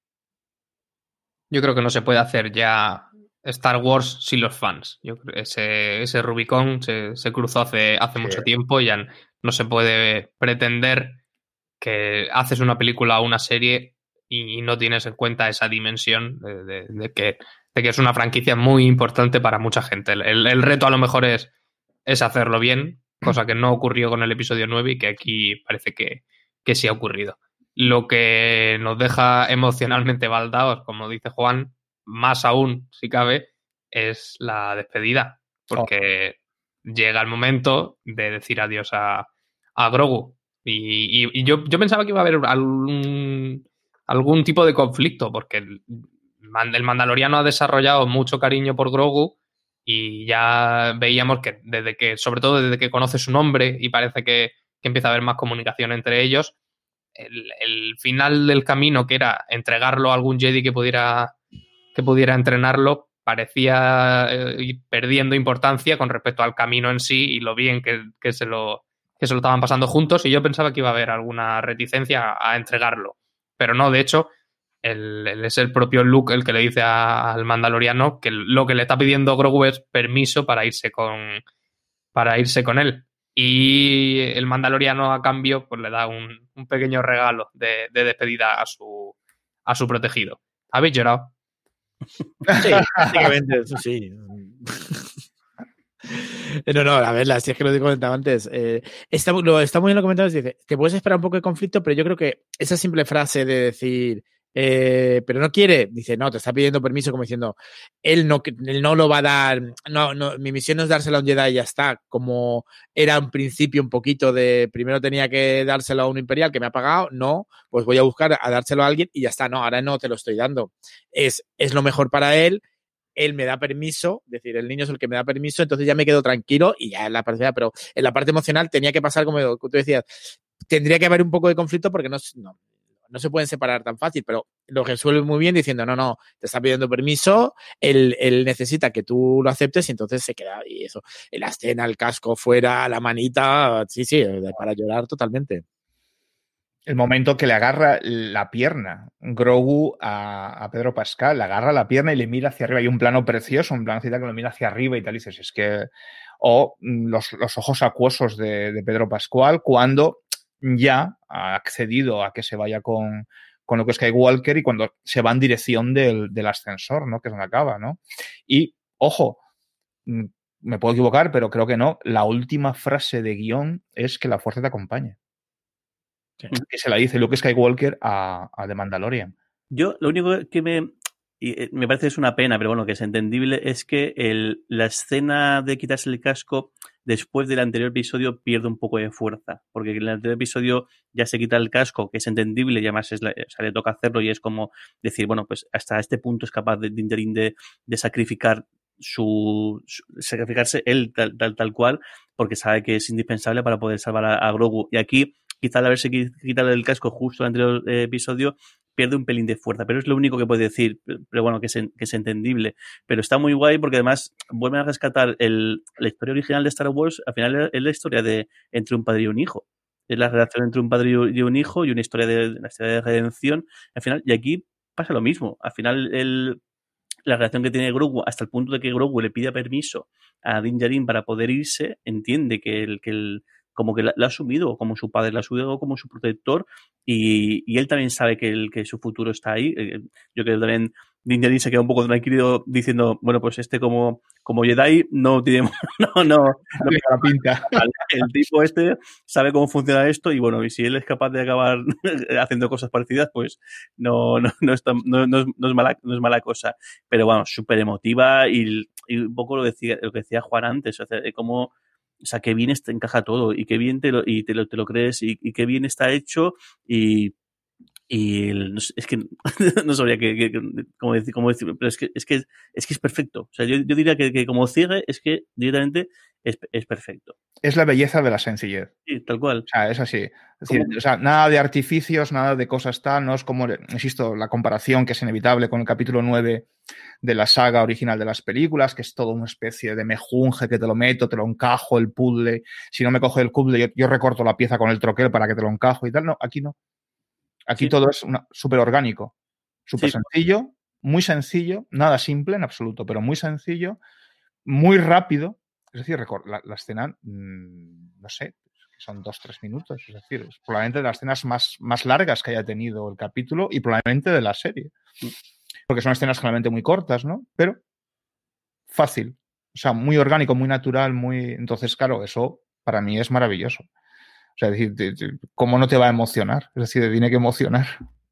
Yo creo que no se puede hacer ya Star Wars sin los fans. Yo creo que ese, ese Rubicón se, se cruzó hace, hace Sí. mucho tiempo y ya no se puede pretender que haces una película o una serie y no tienes en cuenta esa dimensión de, de, de, que, de que es una franquicia muy importante para mucha gente. El, el, el reto a lo mejor es, es hacerlo bien, cosa que no ocurrió con el episodio nueve y que aquí parece que, que sí ha ocurrido. Lo que nos deja emocionalmente baldados, como dice Juan, más aún, si cabe, es la despedida, porque oh. llega el momento de decir adiós a, a Grogu. Y, y, y yo, yo pensaba que iba a haber algún, algún tipo de conflicto, porque el, el Mandaloriano ha desarrollado mucho cariño por Grogu y ya veíamos que desde que, sobre todo desde que conoce su nombre y parece que, que empieza a haber más comunicación entre ellos, el, el final del camino, que era entregarlo a algún Jedi que pudiera, que pudiera entrenarlo, parecía eh, ir perdiendo importancia con respecto al camino en sí y lo bien que, que se lo que se lo estaban pasando juntos, y yo pensaba que iba a haber alguna reticencia a, a entregarlo, pero no, de hecho el, el, es el propio Luke el que le dice a, al Mandaloriano que lo que le está pidiendo Grogu es permiso para irse con para irse con él, y el Mandaloriano a cambio pues le da un, un pequeño regalo de, de despedida a su a su protegido. ¿Habéis llorado? Sí, básicamente, eso sí. No, no, a ver, si es que lo he comentado antes. Eh, está, lo, está muy bien lo comentado. Dice, te puedes esperar un poco de conflicto, pero yo creo que esa simple frase de decir, eh, pero no quiere, dice, no, te está pidiendo permiso, como diciendo, él no, él no lo va a dar, no, no, mi misión no es dárselo a un Jedi y ya está, como era un principio un poquito de, primero tenía que dárselo a un imperial que me ha pagado, no, pues voy a buscar a dárselo a alguien y ya está, no, ahora no te lo estoy dando. Es, es lo mejor para él. Él me da permiso, es decir, el niño es el que me da permiso, entonces ya me quedo tranquilo y ya en la parte, pero en la parte emocional tenía que pasar, como tú decías, tendría que haber un poco de conflicto porque no, no, no se pueden separar tan fácil, pero lo resuelve muy bien diciendo, no, no, te está pidiendo permiso, él, él necesita que tú lo aceptes y entonces se queda y eso, en la escena, el casco fuera, la manita, sí, sí, para llorar totalmente. El momento que le agarra la pierna Grogu a, a Pedro Pascal, le agarra la pierna y le mira hacia arriba. Hay un plano precioso, un plano que lo mira hacia arriba y tal, y dices, es que... O los, los ojos acuosos de, de Pedro Pascal cuando ya ha accedido a que se vaya con, con Luke Skywalker y cuando se va en dirección del, del ascensor, ¿no? Que es donde acaba, ¿no? Y, ojo, me puedo equivocar, pero creo que no, la última frase de guión es que la fuerza te acompañe. Sí. Que se la dice Luke Skywalker a, a The Mandalorian. Yo, lo único que me, y me parece es una pena, pero bueno, que es entendible, es que el, la escena de quitarse el casco después del anterior episodio pierde un poco de fuerza, porque en el anterior episodio ya se quita el casco, que es entendible, y además es la, o sea, le toca hacerlo, y es como decir, bueno, pues hasta este punto es capaz de, de, de, de sacrificar su, su sacrificarse él tal, tal, tal cual, porque sabe que es indispensable para poder salvar a, a Grogu. Y aquí, quizá al haberse quitado el casco justo en el anterior eh, episodio, pierde un pelín de fuerza, pero es lo único que puede decir, pero bueno, que es, que es entendible. Pero está muy guay porque además vuelven a rescatar el, la historia original de Star Wars. Al final es la historia de entre un padre y un hijo. Es la relación entre un padre y un hijo y una historia de, una historia de redención. Al final, y aquí pasa lo mismo. Al final, el, la relación que tiene Grogu, hasta el punto de que Grogu le pide permiso a Din Djarin para poder irse, entiende que el, que el como que lo ha asumido como su padre, lo ha asumido como su protector, y, y él también sabe que, el, que su futuro está ahí. Yo creo que también Din Djarin se queda un poco tranquilo diciendo, bueno, pues este como, como Jedi no tiene no, no, no la pinta. El tipo este sabe cómo funciona esto, y bueno, y si él es capaz de acabar haciendo cosas parecidas, pues no, no, no, es, tan, no, no, es, no, es, mala, no es mala cosa. Pero bueno, súper emotiva, y, y un poco lo, decía, lo que decía Juan antes, o sea, cómo, o sea, qué bien está, encaja todo, y qué bien te lo, y te lo, te lo crees, y, y qué bien está hecho, y, y el, es que no sabría que, que, cómo decir, cómo decir, pero es que es que es que es perfecto. O sea, yo, yo diría que, que como cierre es que directamente es, es perfecto. Es la belleza de la sencillez. Sí, tal cual. O sea, es así. Es decir, o sea, nada de artificios, nada de cosas tal, no es como, insisto, la comparación que es inevitable con el capítulo nueve de la saga original de las películas, que es todo una especie de mejunje que te lo meto, te lo encajo, el puzzle. Si no me coge el puzzle, yo, yo recorto la pieza con el troquel para que te lo encajo y tal. No, aquí no. Aquí sí. Todo es súper orgánico, súper sí. sencillo, muy sencillo, nada simple en absoluto, pero muy sencillo, muy rápido. Es decir, la, la escena, mmm, no sé, son dos, tres minutos. Es decir, es probablemente de las escenas más, más largas que haya tenido el capítulo y probablemente de la serie. Porque son escenas generalmente muy cortas, ¿no? Pero fácil. O sea, muy orgánico, muy natural, muy... Entonces, claro, eso para mí es maravilloso. O sea, es decir, ¿cómo no te va a emocionar? Es decir, te tiene que emocionar.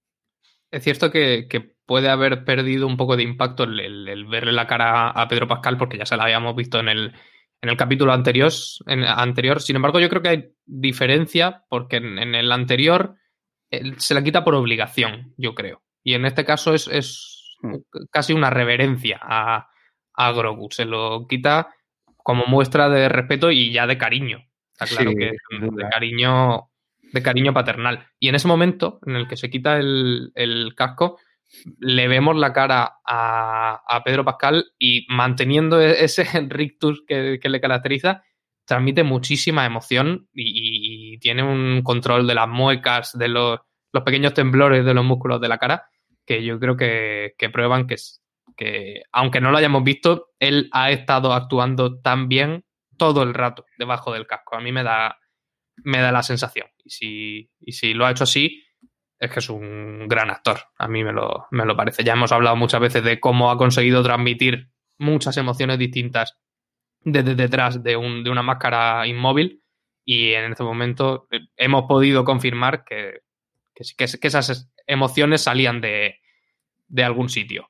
Es cierto que, que puede haber perdido un poco de impacto el, el, el verle la cara a Pedro Pascal, porque ya se la habíamos visto en el, en el capítulo anterior, en, anterior. Sin embargo, yo creo que hay diferencia, porque en, en el anterior él, se la quita por obligación, yo creo. Y en este caso es, es casi una reverencia a, a Grogu. Se lo quita como muestra de respeto y ya de cariño. Está claro sí, que de cariño, de cariño paternal. Y en ese momento en el que se quita el, el casco, le vemos la cara a, a Pedro Pascal y manteniendo ese rictus que, que le caracteriza, transmite muchísima emoción y, y tiene un control de las muecas, de los, los pequeños temblores de los músculos de la cara, que yo creo que, que prueban que, que, aunque no lo hayamos visto, él ha estado actuando tan bien todo el rato debajo del casco. A mí me da, me da la sensación. Y si, y si lo ha hecho así, es que es un gran actor. A mí me lo, me lo parece. Ya hemos hablado muchas veces de cómo ha conseguido transmitir muchas emociones distintas desde detrás de, un, de una máscara inmóvil, y en este momento hemos podido confirmar que, que, que, que esas emociones salían de, de algún sitio.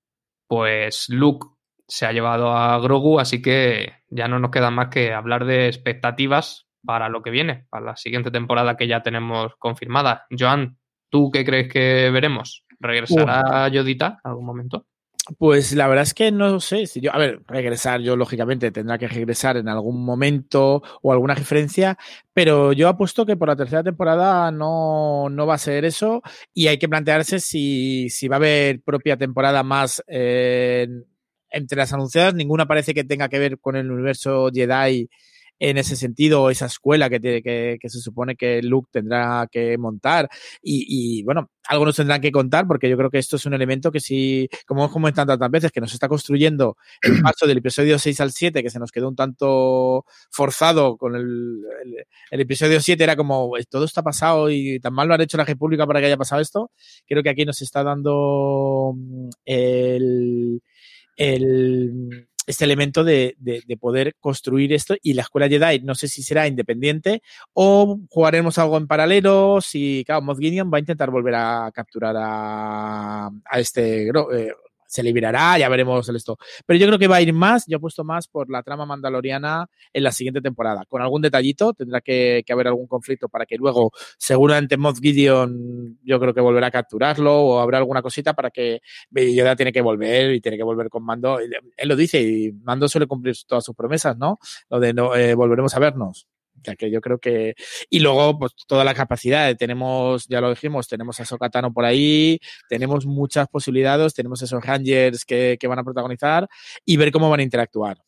Pues Luke se ha llevado a Grogu, así que ya no nos queda más que hablar de expectativas para lo que viene, para la siguiente temporada que ya tenemos confirmada. Joan, ¿tú qué crees que veremos? ¿Regresará uh. Yodita en algún momento? Pues la verdad es que no sé si yo, a ver, regresar yo lógicamente tendrá que regresar en algún momento o alguna referencia, pero yo apuesto que por la tercera temporada no, no va a ser eso, y hay que plantearse si, si va a haber propia temporada más eh, entre las anunciadas. Ninguna parece que tenga que ver con el universo Jedi en ese sentido, esa escuela que, tiene, que, que se supone que Luke tendrá que montar, y, y bueno, algo nos tendrán que contar, porque yo creo que esto es un elemento que sí, como hemos comentado tantas veces, que nos está construyendo el paso del episodio seis al siete, que se nos quedó un tanto forzado con el, el, el episodio siete, era como, todo está pasado y tan mal lo han hecho la República para que haya pasado esto. Creo que aquí nos está dando el... el este elemento de, de, de poder construir esto, y la Escuela Jedi no sé si será independiente o jugaremos algo en paralelo, si, claro, Moff Gideon va a intentar volver a capturar a, a este... Eh, se liberará, ya veremos el esto. Pero yo creo que va a ir más, yo he puesto más por la trama mandaloriana en la siguiente temporada. Con algún detallito, tendrá que, que haber algún conflicto para que luego, seguramente Moff Gideon, yo creo que volverá a capturarlo, o habrá alguna cosita para que Yoda tiene que volver y tiene que volver con Mando. Él lo dice, y Mando suele cumplir todas sus promesas, ¿no? Lo de no, eh, volveremos a vernos. O sea, que yo creo que... Y luego, pues, toda la capacidad. Tenemos, ya lo dijimos, tenemos a Ahsoka Tano por ahí, tenemos muchas posibilidades, tenemos esos Rangers que, que van a protagonizar y ver cómo van a interactuar.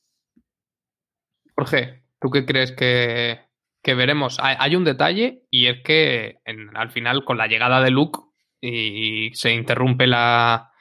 Jorge, ¿tú qué crees que, que veremos? Hay, hay un detalle, y es que en, al final, con la llegada de Luke y se interrumpe la,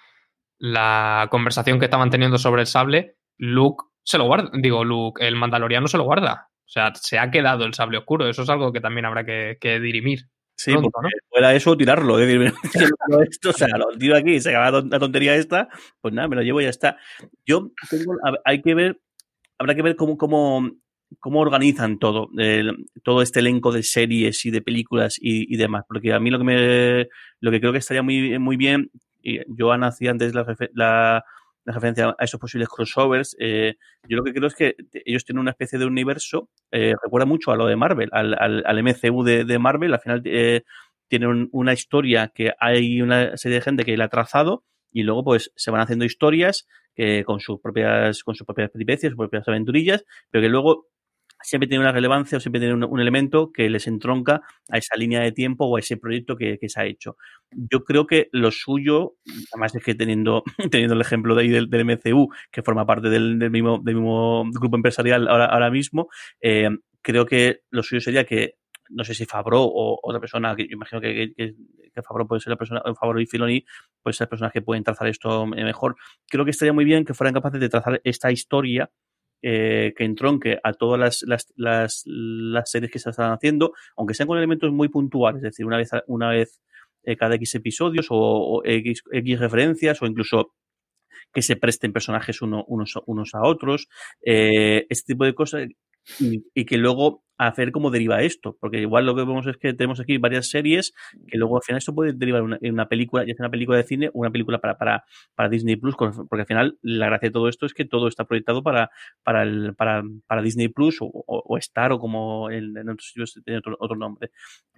la conversación que estaban teniendo sobre el sable, Luke se lo guarda. Digo, Luke, el mandaloriano se lo guarda. O sea, se ha quedado el sable oscuro. Eso es algo que también habrá que, que dirimir. Sí, pronto, porque ¿no? fuera eso, tirarlo. Es decir, esto, o sea, lo tiro aquí, se acaba la tontería esta, pues nada, me lo llevo y ya está. Yo tengo, hay que ver, habrá que ver cómo, cómo, cómo organizan todo, el, todo este elenco de series y de películas y, y demás. Porque a mí lo que me, lo que creo que estaría muy, muy bien, y Joan hacía antes la, la la referencia a esos posibles crossovers, eh, yo lo que creo es que ellos tienen una especie de universo, eh, recuerda mucho a lo de Marvel, al, al, al M C U de, de Marvel. Al final eh, tienen una historia que hay una serie de gente que la ha trazado, y luego pues se van haciendo historias que, con sus propias con sus propias peripecias, sus propias aventurillas, pero que luego siempre tiene una relevancia o siempre tiene un, un elemento que les entronca a esa línea de tiempo o a ese proyecto que, que se ha hecho. Yo creo que lo suyo, además es que teniendo, teniendo el ejemplo de ahí del, del M C U, que forma parte del, del, mismo, del mismo grupo empresarial ahora, ahora mismo, eh, creo que lo suyo sería que, no sé si Favreau o otra persona, que yo imagino que, que, que Favreau puede ser la persona, Favreau y Filoni pueden ser las personas que pueden trazar esto mejor. Creo que estaría muy bien que fueran capaces de trazar esta historia Eh, que entronque a todas las, las, las, las series que se están haciendo, aunque sean con elementos muy puntuales, es decir, una vez, una vez eh, cada X episodios o, o X, X referencias, o incluso que se presten personajes uno, unos, unos a otros, eh, este tipo de cosas, y, y que luego a ver cómo deriva esto, porque igual lo que vemos es que tenemos aquí varias series que luego al final esto puede derivar en una, en una película, ya sea una película de cine o una película para, para, para Disney Plus, porque al final la gracia de todo esto es que todo está proyectado para, para, el, para, para Disney Plus o, o, o Star, o como en, en otros sitios tiene otro, otro nombre.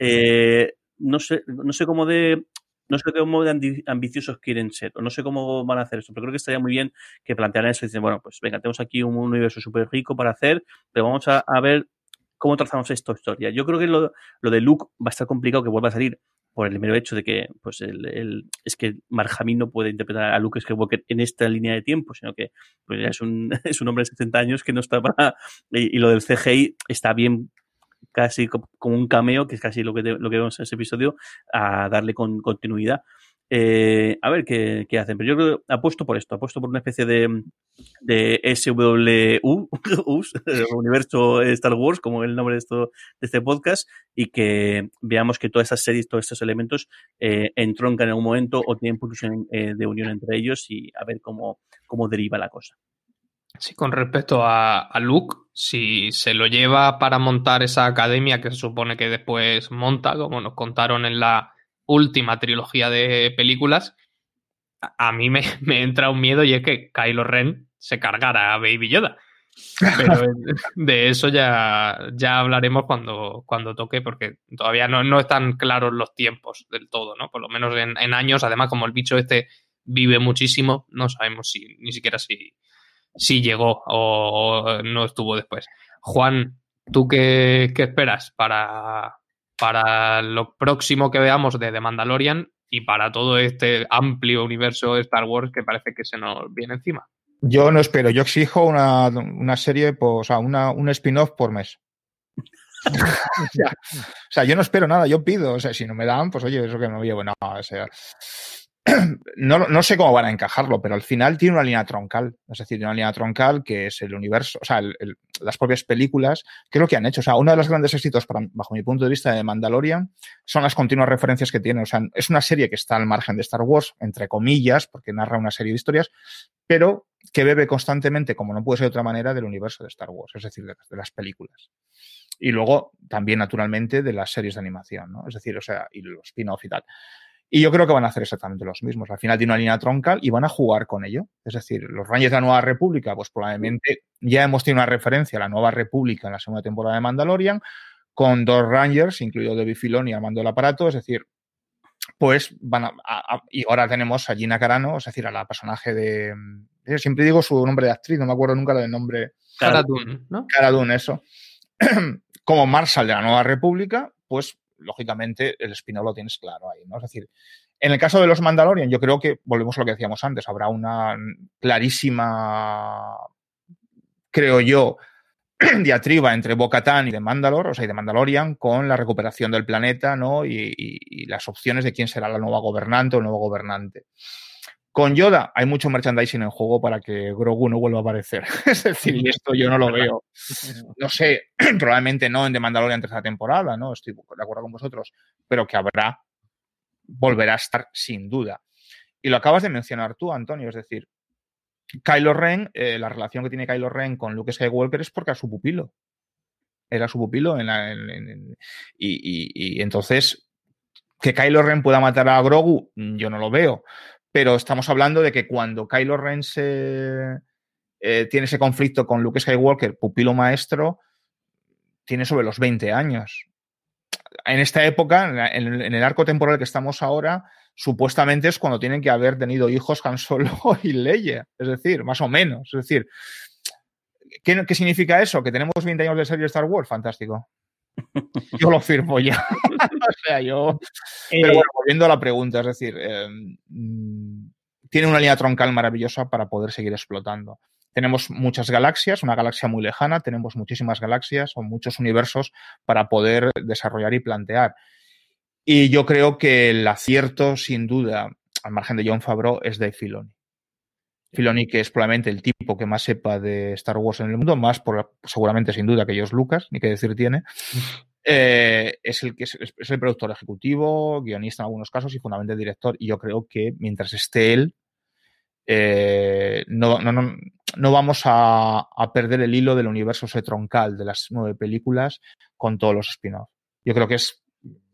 Eh, no sé, no sé cómo de No sé cómo de ambiciosos quieren ser, o no sé cómo van a hacer esto, pero creo que estaría muy bien que plantearan eso y dicen, bueno, pues venga, tenemos aquí un universo súper rico para hacer, pero vamos a, a ver cómo trazamos esta historia. Yo creo que lo, lo de Luke va a estar complicado que vuelva a salir por el mero hecho de que pues el, el, es que Mark Hamill no puede interpretar a Luke Skywalker en esta línea de tiempo, sino que pues ya es un, es un hombre de setenta años que no está para... Y, y lo del C G I está bien, casi como un cameo, que es casi lo que, lo que vemos en ese episodio, a darle con continuidad. Eh, a ver qué, qué hacen. Pero yo creo que apuesto por esto, apuesto por una especie de, de S W U, Universo Star Wars, como el nombre de, esto, de este podcast, y que veamos que todas estas series, todos estos elementos eh, entroncan en algún momento o tienen puntos eh, de unión entre ellos, y a ver cómo, cómo deriva la cosa. Sí, con respecto a, a Luke, si se lo lleva para montar esa academia que se supone que después monta, como nos contaron en la última trilogía de películas, a, a mí me, me entra un miedo, y es que Kylo Ren se cargara a Baby Yoda. Pero de eso ya, ya hablaremos cuando, cuando toque, porque todavía no, no están claros los tiempos del todo, ¿no? Por lo menos en, en años. Además, como el bicho este vive muchísimo, no sabemos si ni siquiera si... si llegó o no estuvo después. Juan, ¿tú qué, qué esperas para, para lo próximo que veamos de The Mandalorian y para todo este amplio universo de Star Wars que parece que se nos viene encima? Yo no espero, yo exijo una, una serie, pues, o sea, una, un spin-off por mes. o, sea, o sea, yo no espero nada, yo pido, o sea, si no me dan, pues oye, eso que me llevo, no, o sea... no, no sé cómo van a encajarlo, pero al final tiene una línea troncal. Es decir, tiene una línea troncal que es el universo, o sea, el, el, las propias películas, que es lo que han hecho. O sea, uno de los grandes éxitos, para, bajo mi punto de vista, de Mandalorian son las continuas referencias que tiene. O sea, es una serie que está al margen de Star Wars, entre comillas, porque narra una serie de historias, pero que bebe constantemente, como no puede ser de otra manera, del universo de Star Wars, es decir, de, de las películas. Y luego, también, naturalmente, de las series de animación, ¿no? Es decir, o sea, y los spin-off y tal. Y yo creo que van a hacer exactamente los mismos. Al final tiene una línea troncal y van a jugar con ello. Es decir, los Rangers de la Nueva República, pues probablemente ya hemos tenido una referencia a la Nueva República en la segunda temporada de Mandalorian, con dos Rangers, incluido Dave Filoni al mando del aparato. Es decir, pues van a, a, a... Y ahora tenemos a Gina Carano, es decir, a la personaje de... Siempre digo su nombre de actriz, no me acuerdo nunca del nombre. Cara Dune, ¿no? Cara Dune, eso. Como Marshal de la Nueva República, pues lógicamente el spin-off lo tienes claro ahí, ¿no? Es decir, en el caso de los Mandalorian, yo creo que, volvemos a lo que decíamos antes, habrá una clarísima, creo yo, diatriba entre Bo-Katan y de Mandalore, o sea, y de Mandalorian, con la recuperación del planeta, ¿no? Y, y, y las opciones de quién será la nueva gobernante o el nuevo gobernante. Con Yoda hay mucho merchandising en juego para que Grogu no vuelva a aparecer. Es decir, y esto yo no lo veo. No sé, probablemente no en The Mandalorian tercera temporada, ¿no? Estoy de acuerdo con vosotros, pero que habrá, volverá a estar sin duda. Y lo acabas de mencionar tú, Antonio, es decir, Kylo Ren, eh, la relación que tiene Kylo Ren con Luke Skywalker es porque era su pupilo. Era su pupilo en la, en, en, y, y, y entonces, que Kylo Ren pueda matar a Grogu, yo no lo veo. Pero estamos hablando de que cuando Kylo Ren se, eh, tiene ese conflicto con Luke Skywalker, pupilo maestro, tiene sobre los veinte años. En esta época, en, en el arco temporal que estamos ahora, supuestamente es cuando tienen que haber tenido hijos Han Solo y Leia. Es decir, más o menos. Es decir, ¿qué, qué significa eso? ¿Que tenemos veinte años de serie de Star Wars? Fantástico. Yo lo firmo ya. O sea, yo... Eh, Pero bueno, volviendo a la pregunta, es decir, eh, tiene una línea troncal maravillosa para poder seguir explotando. Tenemos muchas galaxias, una galaxia muy lejana, tenemos muchísimas galaxias o muchos universos para poder desarrollar y plantear. Y yo creo que el acierto, sin duda, al margen de Jon Favreau, es de Filoni. Filoni, que es probablemente el tipo que más sepa de Star Wars en el mundo, más por, seguramente sin duda que George Lucas, ni qué decir tiene, eh, es el que es, es el productor ejecutivo, guionista en algunos casos y fundamentalmente director. Y yo creo que mientras esté él, eh, no, no, no, no vamos a, a perder el hilo del universo ese troncal de las nueve películas con todos los spin-offs. Yo creo que es,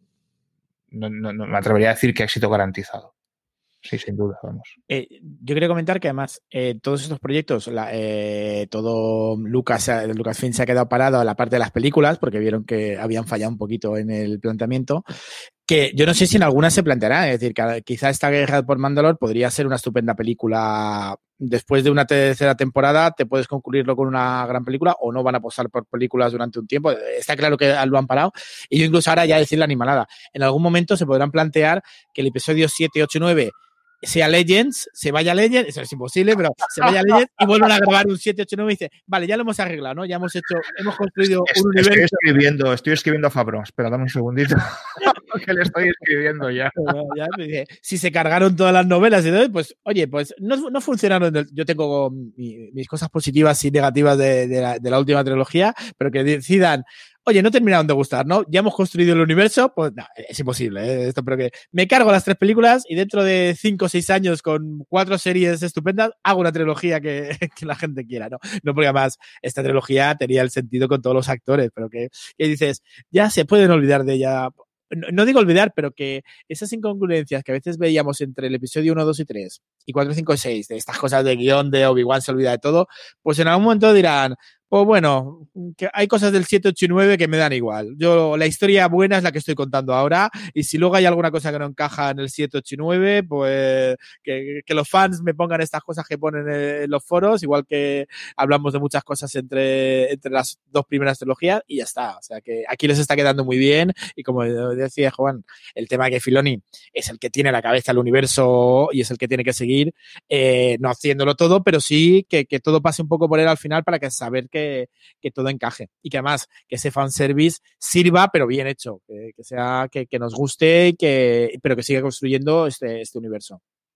no, no, no me atrevería a decir que éxito garantizado. Sí, sin duda, vamos. Eh, yo quería comentar que además eh, todos estos proyectos, la, eh, todo Lucas, Lucasfilm se ha quedado parado a la parte de las películas porque vieron que habían fallado un poquito en el planteamiento, que yo no sé si en alguna se planteará, es decir, que quizá esta guerra por Mandalore podría ser una estupenda película. Después de una tercera temporada te puedes concluirlo con una gran película o no van a apostar por películas durante un tiempo. Está claro que lo han parado y yo incluso ahora ya decir la animalada. En algún momento se podrán plantear que el episodio siete, ocho, nueve sea Legends, se vaya Legends, eso es imposible, pero se vaya Legends y vuelvan a grabar un siete, ocho, nueve y dice, vale, ya lo hemos arreglado, ¿no? Ya hemos hecho, hemos construido estoy, un universo. Estoy escribiendo, estoy escribiendo a Favreau, espera, dame un segundito, que le estoy escribiendo ya. ya dice, si se cargaron todas las novelas y todo, pues, oye, pues no, no funcionaron. Yo tengo mi, mis cosas positivas y negativas de, de, la, de la última trilogía, pero que decidan, oye, no terminaron de gustar, ¿no? Ya hemos construido el universo, pues no, es imposible, ¿eh? Esto, pero que me cargo las tres películas y dentro de cinco o seis años con cuatro series estupendas hago una trilogía que, que la gente quiera, ¿no? No porque además esta trilogía tenía el sentido con todos los actores, pero que, que dices, ya se pueden olvidar de ella. No, no digo olvidar, pero que esas incongruencias que a veces veíamos entre el episodio uno, dos y tres y cuatro, cinco y seis, de estas cosas de guión de Obi-Wan se olvida de todo, pues en algún momento dirán, pues bueno, que hay cosas del siete, ocho y nueve que me dan igual. Yo, la historia buena es la que estoy contando ahora y si luego hay alguna cosa que no encaja en el siete, ocho y nueve, pues que, que los fans me pongan estas cosas que ponen en los foros, igual que hablamos de muchas cosas entre, entre las dos primeras trilogías y ya está. O sea que aquí les está quedando muy bien y como decía Juan, el tema que Filoni es el que tiene la cabeza del universo y es el que tiene que seguir, eh, no haciéndolo todo, pero sí que, que todo pase un poco por él al final para que saber que Que, que todo encaje y que además que ese fanservice sirva pero bien hecho, que, que sea que, que nos guste y que, pero que siga construyendo este, este universo.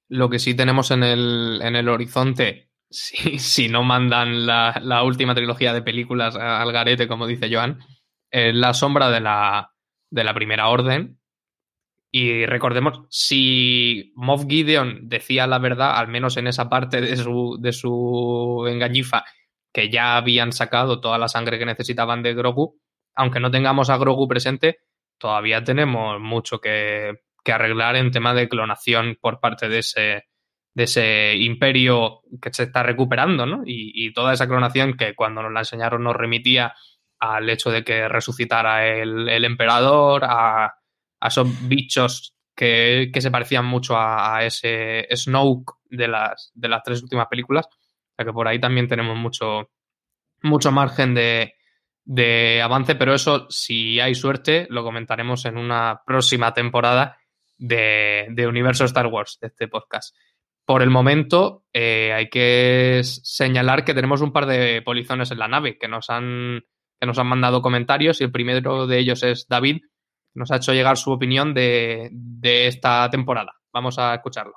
Lo que sí tenemos en el, en el horizonte, si, si no mandan la, la última trilogía de películas al garete, como dice Joan, es La sombra de la, de la Primera Orden. Y recordemos, si Moff Gideon decía la verdad, al menos en esa parte de su, de su engañifa, que ya habían sacado toda la sangre que necesitaban de Grogu, aunque no tengamos a Grogu presente, todavía tenemos mucho que, que arreglar en tema de clonación por parte de ese, de ese imperio que se está recuperando, ¿no? Y, y toda esa clonación que cuando nos la enseñaron nos remitía al hecho de que resucitara el, el emperador, a, a esos bichos que, que se parecían mucho a, a ese Snoke de las, de las tres últimas películas. O sea que por ahí también tenemos mucho, mucho margen de, de avance, pero eso, si hay suerte, lo comentaremos en una próxima temporada de, de Universo Star Wars, de este podcast. Por el momento, eh, hay que señalar que tenemos un par de polizones en la nave que nos han, que nos han mandado comentarios, y el primero de ellos es David, que nos ha hecho llegar su opinión de, de esta temporada. Vamos a escucharlo.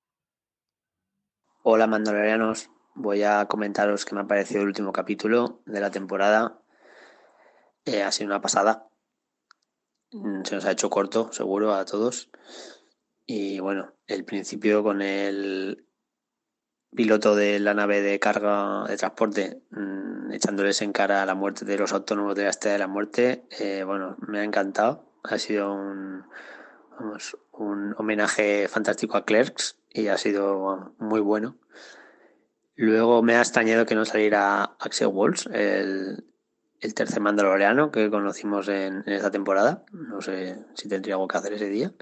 Hola, mandalorianos. Voy a comentaros que me ha parecido el último capítulo de la temporada. Eh, ha sido una pasada. Se nos ha hecho corto, seguro, a todos. Y bueno, el principio con el piloto de la nave de carga de transporte mmm, echándoles en cara a la muerte de los autónomos de la Estrella de la Muerte, eh, bueno, me ha encantado. Ha sido un, vamos, un homenaje fantástico a Clerks y ha sido bueno, muy bueno. Luego me ha extrañado que no saliera Axel Walsh, el, el tercer mandaloriano que conocimos en, en esta temporada. No sé si tendría algo que hacer ese día.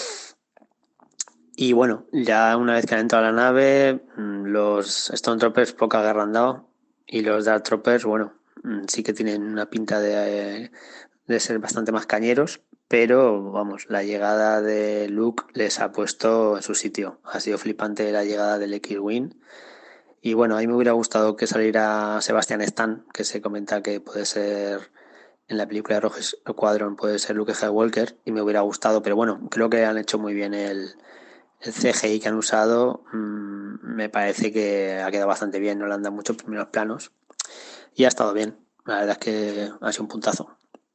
Y bueno, ya una vez que han entrado a la nave, los Stormtroopers poca guerra han dado, y los Dark Troopers, bueno, sí que tienen una pinta de, de ser bastante más cañeros, pero vamos, la llegada de Luke les ha puesto en su sitio. Ha sido flipante la llegada del X-Wing. Y bueno, a mí me hubiera gustado que saliera Sebastian Stan, que se comenta que puede ser, en la película de Rogue Squadron, puede ser Luke Skywalker, y me hubiera gustado, pero bueno, creo que han hecho muy bien el, el C G I que han usado. Mmm, me parece que ha quedado bastante bien, no le han dado muchos primeros planos, y ha estado bien, la verdad es que ha sido un puntazo.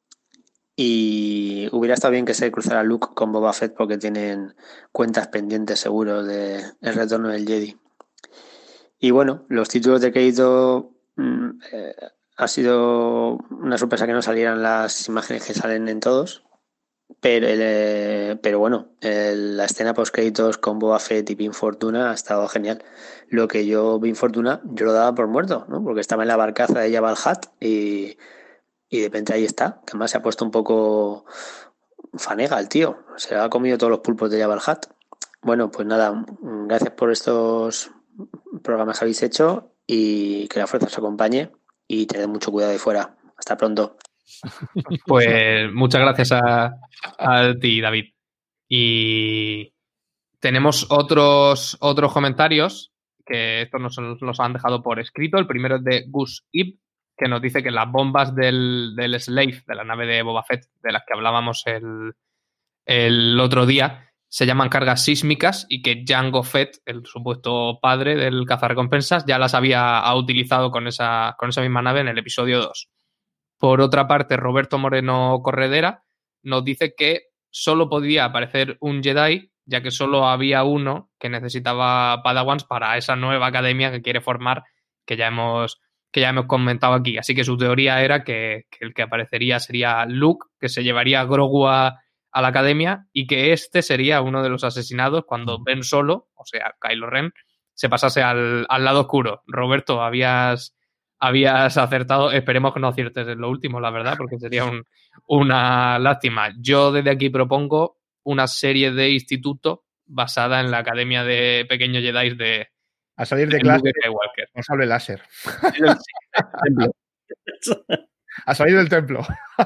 Y hubiera estado bien que se cruzara Luke con Boba Fett, porque tienen cuentas pendientes seguro de El Retorno del Jedi. Y bueno, los títulos de crédito mmm, eh, ha sido una sorpresa que no salieran las imágenes que salen en todos, pero, eh, pero bueno, el, la escena post créditos con Boba Fett y Vin Fortuna ha estado genial. Lo que yo, Vin Fortuna, yo lo daba por muerto, ¿no? Porque estaba en la barcaza de Jabba el Hutt y, y de repente ahí está, que además se ha puesto un poco fanega el tío, se ha comido todos los pulpos de Jabba el Hutt. Bueno, pues nada, gracias por estos programas que habéis hecho, y que la fuerza os acompañe, y tened mucho cuidado ahí fuera. Hasta pronto. Pues muchas gracias a, a ti, David. Y tenemos otros, otros comentarios que estos nos los han dejado por escrito. El primero es de Gus Ib, que nos dice que las bombas del, del Slave, de la nave de Boba Fett, de las que hablábamos el, el otro día, se llaman cargas sísmicas, y que Jango Fett, el supuesto padre del cazarrecompensas, ya las había utilizado con esa, con esa misma nave en el episodio dos. Por otra parte, Roberto Moreno Corredera nos dice que solo podía aparecer un Jedi, ya que solo había uno que necesitaba Padawans para esa nueva academia que quiere formar, que ya hemos, que ya hemos comentado aquí. Así que su teoría era que, que el que aparecería sería Luke, que se llevaría a Grogu a, a la academia, y que este sería uno de los asesinados cuando Ben Solo, o sea, Kylo Ren, se pasase al, al lado oscuro. Roberto, habías... habías acertado. Esperemos que no aciertes en lo último, la verdad, porque sería un, una lástima. Yo desde aquí propongo una serie de instituto basada en la Academia de Pequeños Jedi de a salir de, de clase con sable láser. A salir del templo.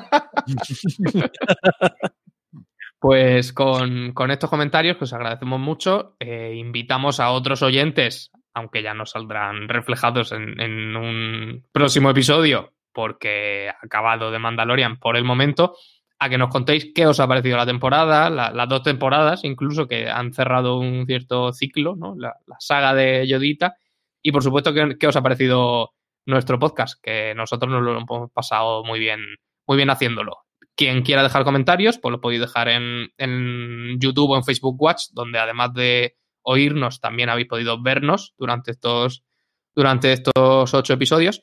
Pues con, con estos comentarios, que os agradecemos mucho, eh, invitamos a otros oyentes, aunque ya no saldrán reflejados en, en un próximo episodio, porque ha acabado de Mandalorian por el momento, a que nos contéis qué os ha parecido la temporada, la, las dos temporadas, incluso que han cerrado un cierto ciclo, ¿no? La, la saga de Yodita. Y por supuesto, qué, qué os ha parecido nuestro podcast, que nosotros nos lo hemos pasado muy bien, muy bien haciéndolo. Quien quiera dejar comentarios, pues lo podéis dejar en, en YouTube o en Facebook Watch, donde además de oírnos, también habéis podido vernos durante estos, durante estos ocho episodios.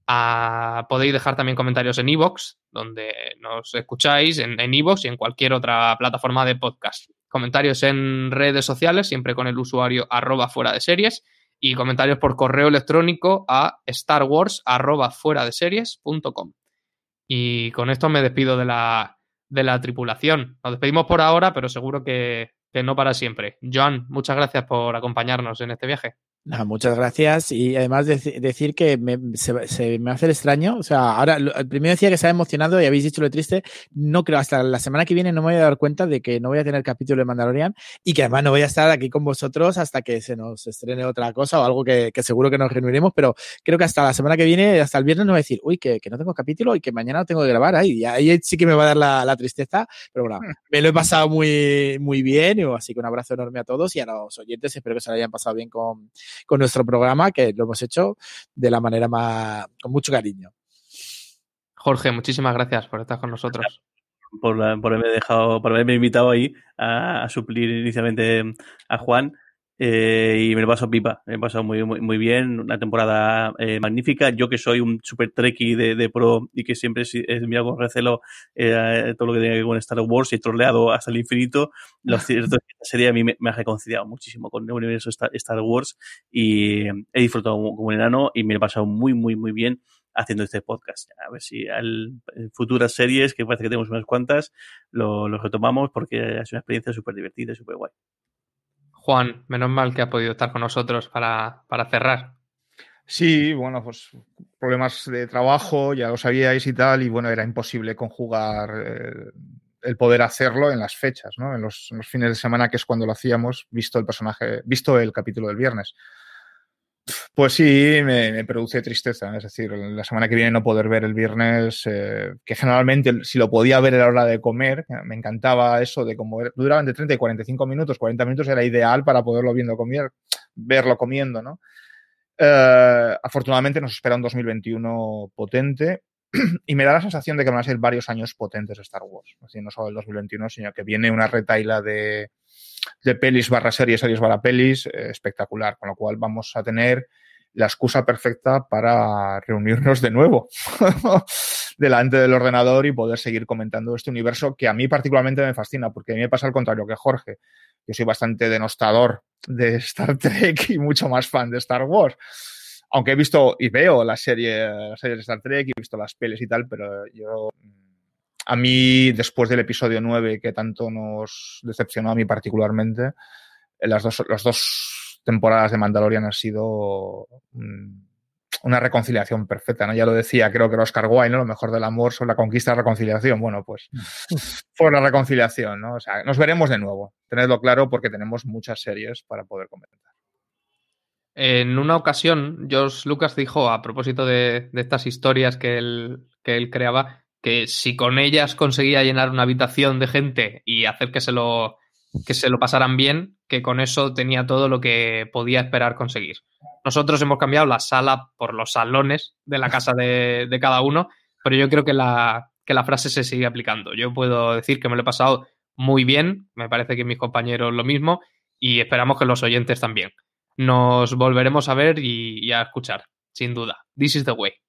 Ah, podéis dejar también comentarios en iVoox, donde nos escucháis, en, en iVoox y en cualquier otra plataforma de podcast. Comentarios en redes sociales, siempre con el usuario arroba fuera de series, y comentarios por correo electrónico a starwars arroba fuera de series punto com. Y con esto me despido de la, de la tripulación. Nos despedimos por ahora, pero seguro que, que no para siempre. Joan, muchas gracias por acompañarnos en este viaje. No, muchas gracias. Y además de, decir que me, se, se me hace el extraño. O sea, ahora, lo, el primero decía que se ha emocionado y habéis dicho lo triste. No creo, hasta la semana que viene no me voy a dar cuenta de que no voy a tener capítulo de Mandalorian y que además no voy a estar aquí con vosotros hasta que se nos estrene otra cosa o algo que, que seguro que nos reuniremos. Pero creo que hasta la semana que viene, hasta el viernes, no voy a decir, uy, que, que no tengo capítulo y que mañana tengo que grabar. Ahí, y ahí sí que me va a dar la, la tristeza. Pero bueno, me lo he pasado muy, muy bien. Así que un abrazo enorme a todos y a los oyentes. Espero que se lo hayan pasado bien con con nuestro programa, que lo hemos hecho de la manera más, con mucho cariño. Jorge, muchísimas gracias por estar con nosotros. Por, la, por haberme dejado, por haberme invitado ahí a, a suplir inicialmente a Juan. Eh, y me lo paso pipa, me he pasado muy, muy, muy bien, una temporada eh, magnífica. Yo que soy un super trekkie de, de pro y que siempre he mirado con recelo eh, todo lo que tenga que ver con Star Wars y he troleado hasta el infinito, lo cierto es que esta serie a mí me, me ha reconciliado muchísimo con el universo Star, Star Wars y he disfrutado como, como un enano y me he pasado muy, muy, muy bien haciendo este podcast. A ver si al, en futuras series, que parece que tenemos unas cuantas, lo, lo retomamos porque es una experiencia súper divertida y súper guay. Juan, menos mal que has podido estar con nosotros para, para cerrar. Sí, bueno, pues problemas de trabajo, ya lo sabíais y tal, y bueno, era imposible conjugar eh, el poder hacerlo en las fechas, ¿no? En los, en los fines de semana, que es cuando lo hacíamos, visto el personaje, visto el capítulo del viernes. Pues sí, me, me produce tristeza, es decir, la semana que viene no poder ver el viernes, eh, que generalmente si lo podía ver a la hora de comer, me encantaba eso de como duraban de treinta y cuarenta y cinco minutos, cuarenta minutos era ideal para poderlo viendo comer, verlo comiendo, ¿no? Eh, afortunadamente nos espera un dos mil veintiuno potente y me da la sensación de que van a ser varios años potentes de Star Wars, es decir, no solo el dos mil veintiuno, sino que viene una retaila de de pelis barra series, series barra pelis, eh, espectacular, con lo cual vamos a tener la excusa perfecta para reunirnos de nuevo delante del ordenador y poder seguir comentando este universo que a mí particularmente me fascina, porque a mí me pasa al contrario que Jorge. Yo soy bastante denostador de Star Trek y mucho más fan de Star Wars. Aunque he visto y veo la serie, las series de Star Trek y he visto las pelis y tal, pero yo... A mí, después del episodio nueve, que tanto nos decepcionó a mí particularmente, las dos, las dos temporadas de Mandalorian han sido una reconciliación perfecta, ¿no? Ya lo decía, creo que era Oscar Wilde, ¿no? Lo mejor del amor son la conquista y la reconciliación. Bueno, pues fue una reconciliación, ¿no? O sea, nos veremos de nuevo. Tenedlo claro porque tenemos muchas series para poder comentar. En una ocasión, George Lucas dijo, a propósito de, de estas historias que él, que él creaba, que si con ellas conseguía llenar una habitación de gente y hacer que se lo que se lo pasaran bien, que con eso tenía todo lo que podía esperar conseguir. Nosotros hemos cambiado la sala por los salones de la casa de, de cada uno, pero yo creo que la, que la frase se sigue aplicando. Yo puedo decir que me lo he pasado muy bien, me parece que mis compañeros lo mismo, y esperamos que los oyentes también. Nos volveremos a ver y, y a escuchar, sin duda. This is the way.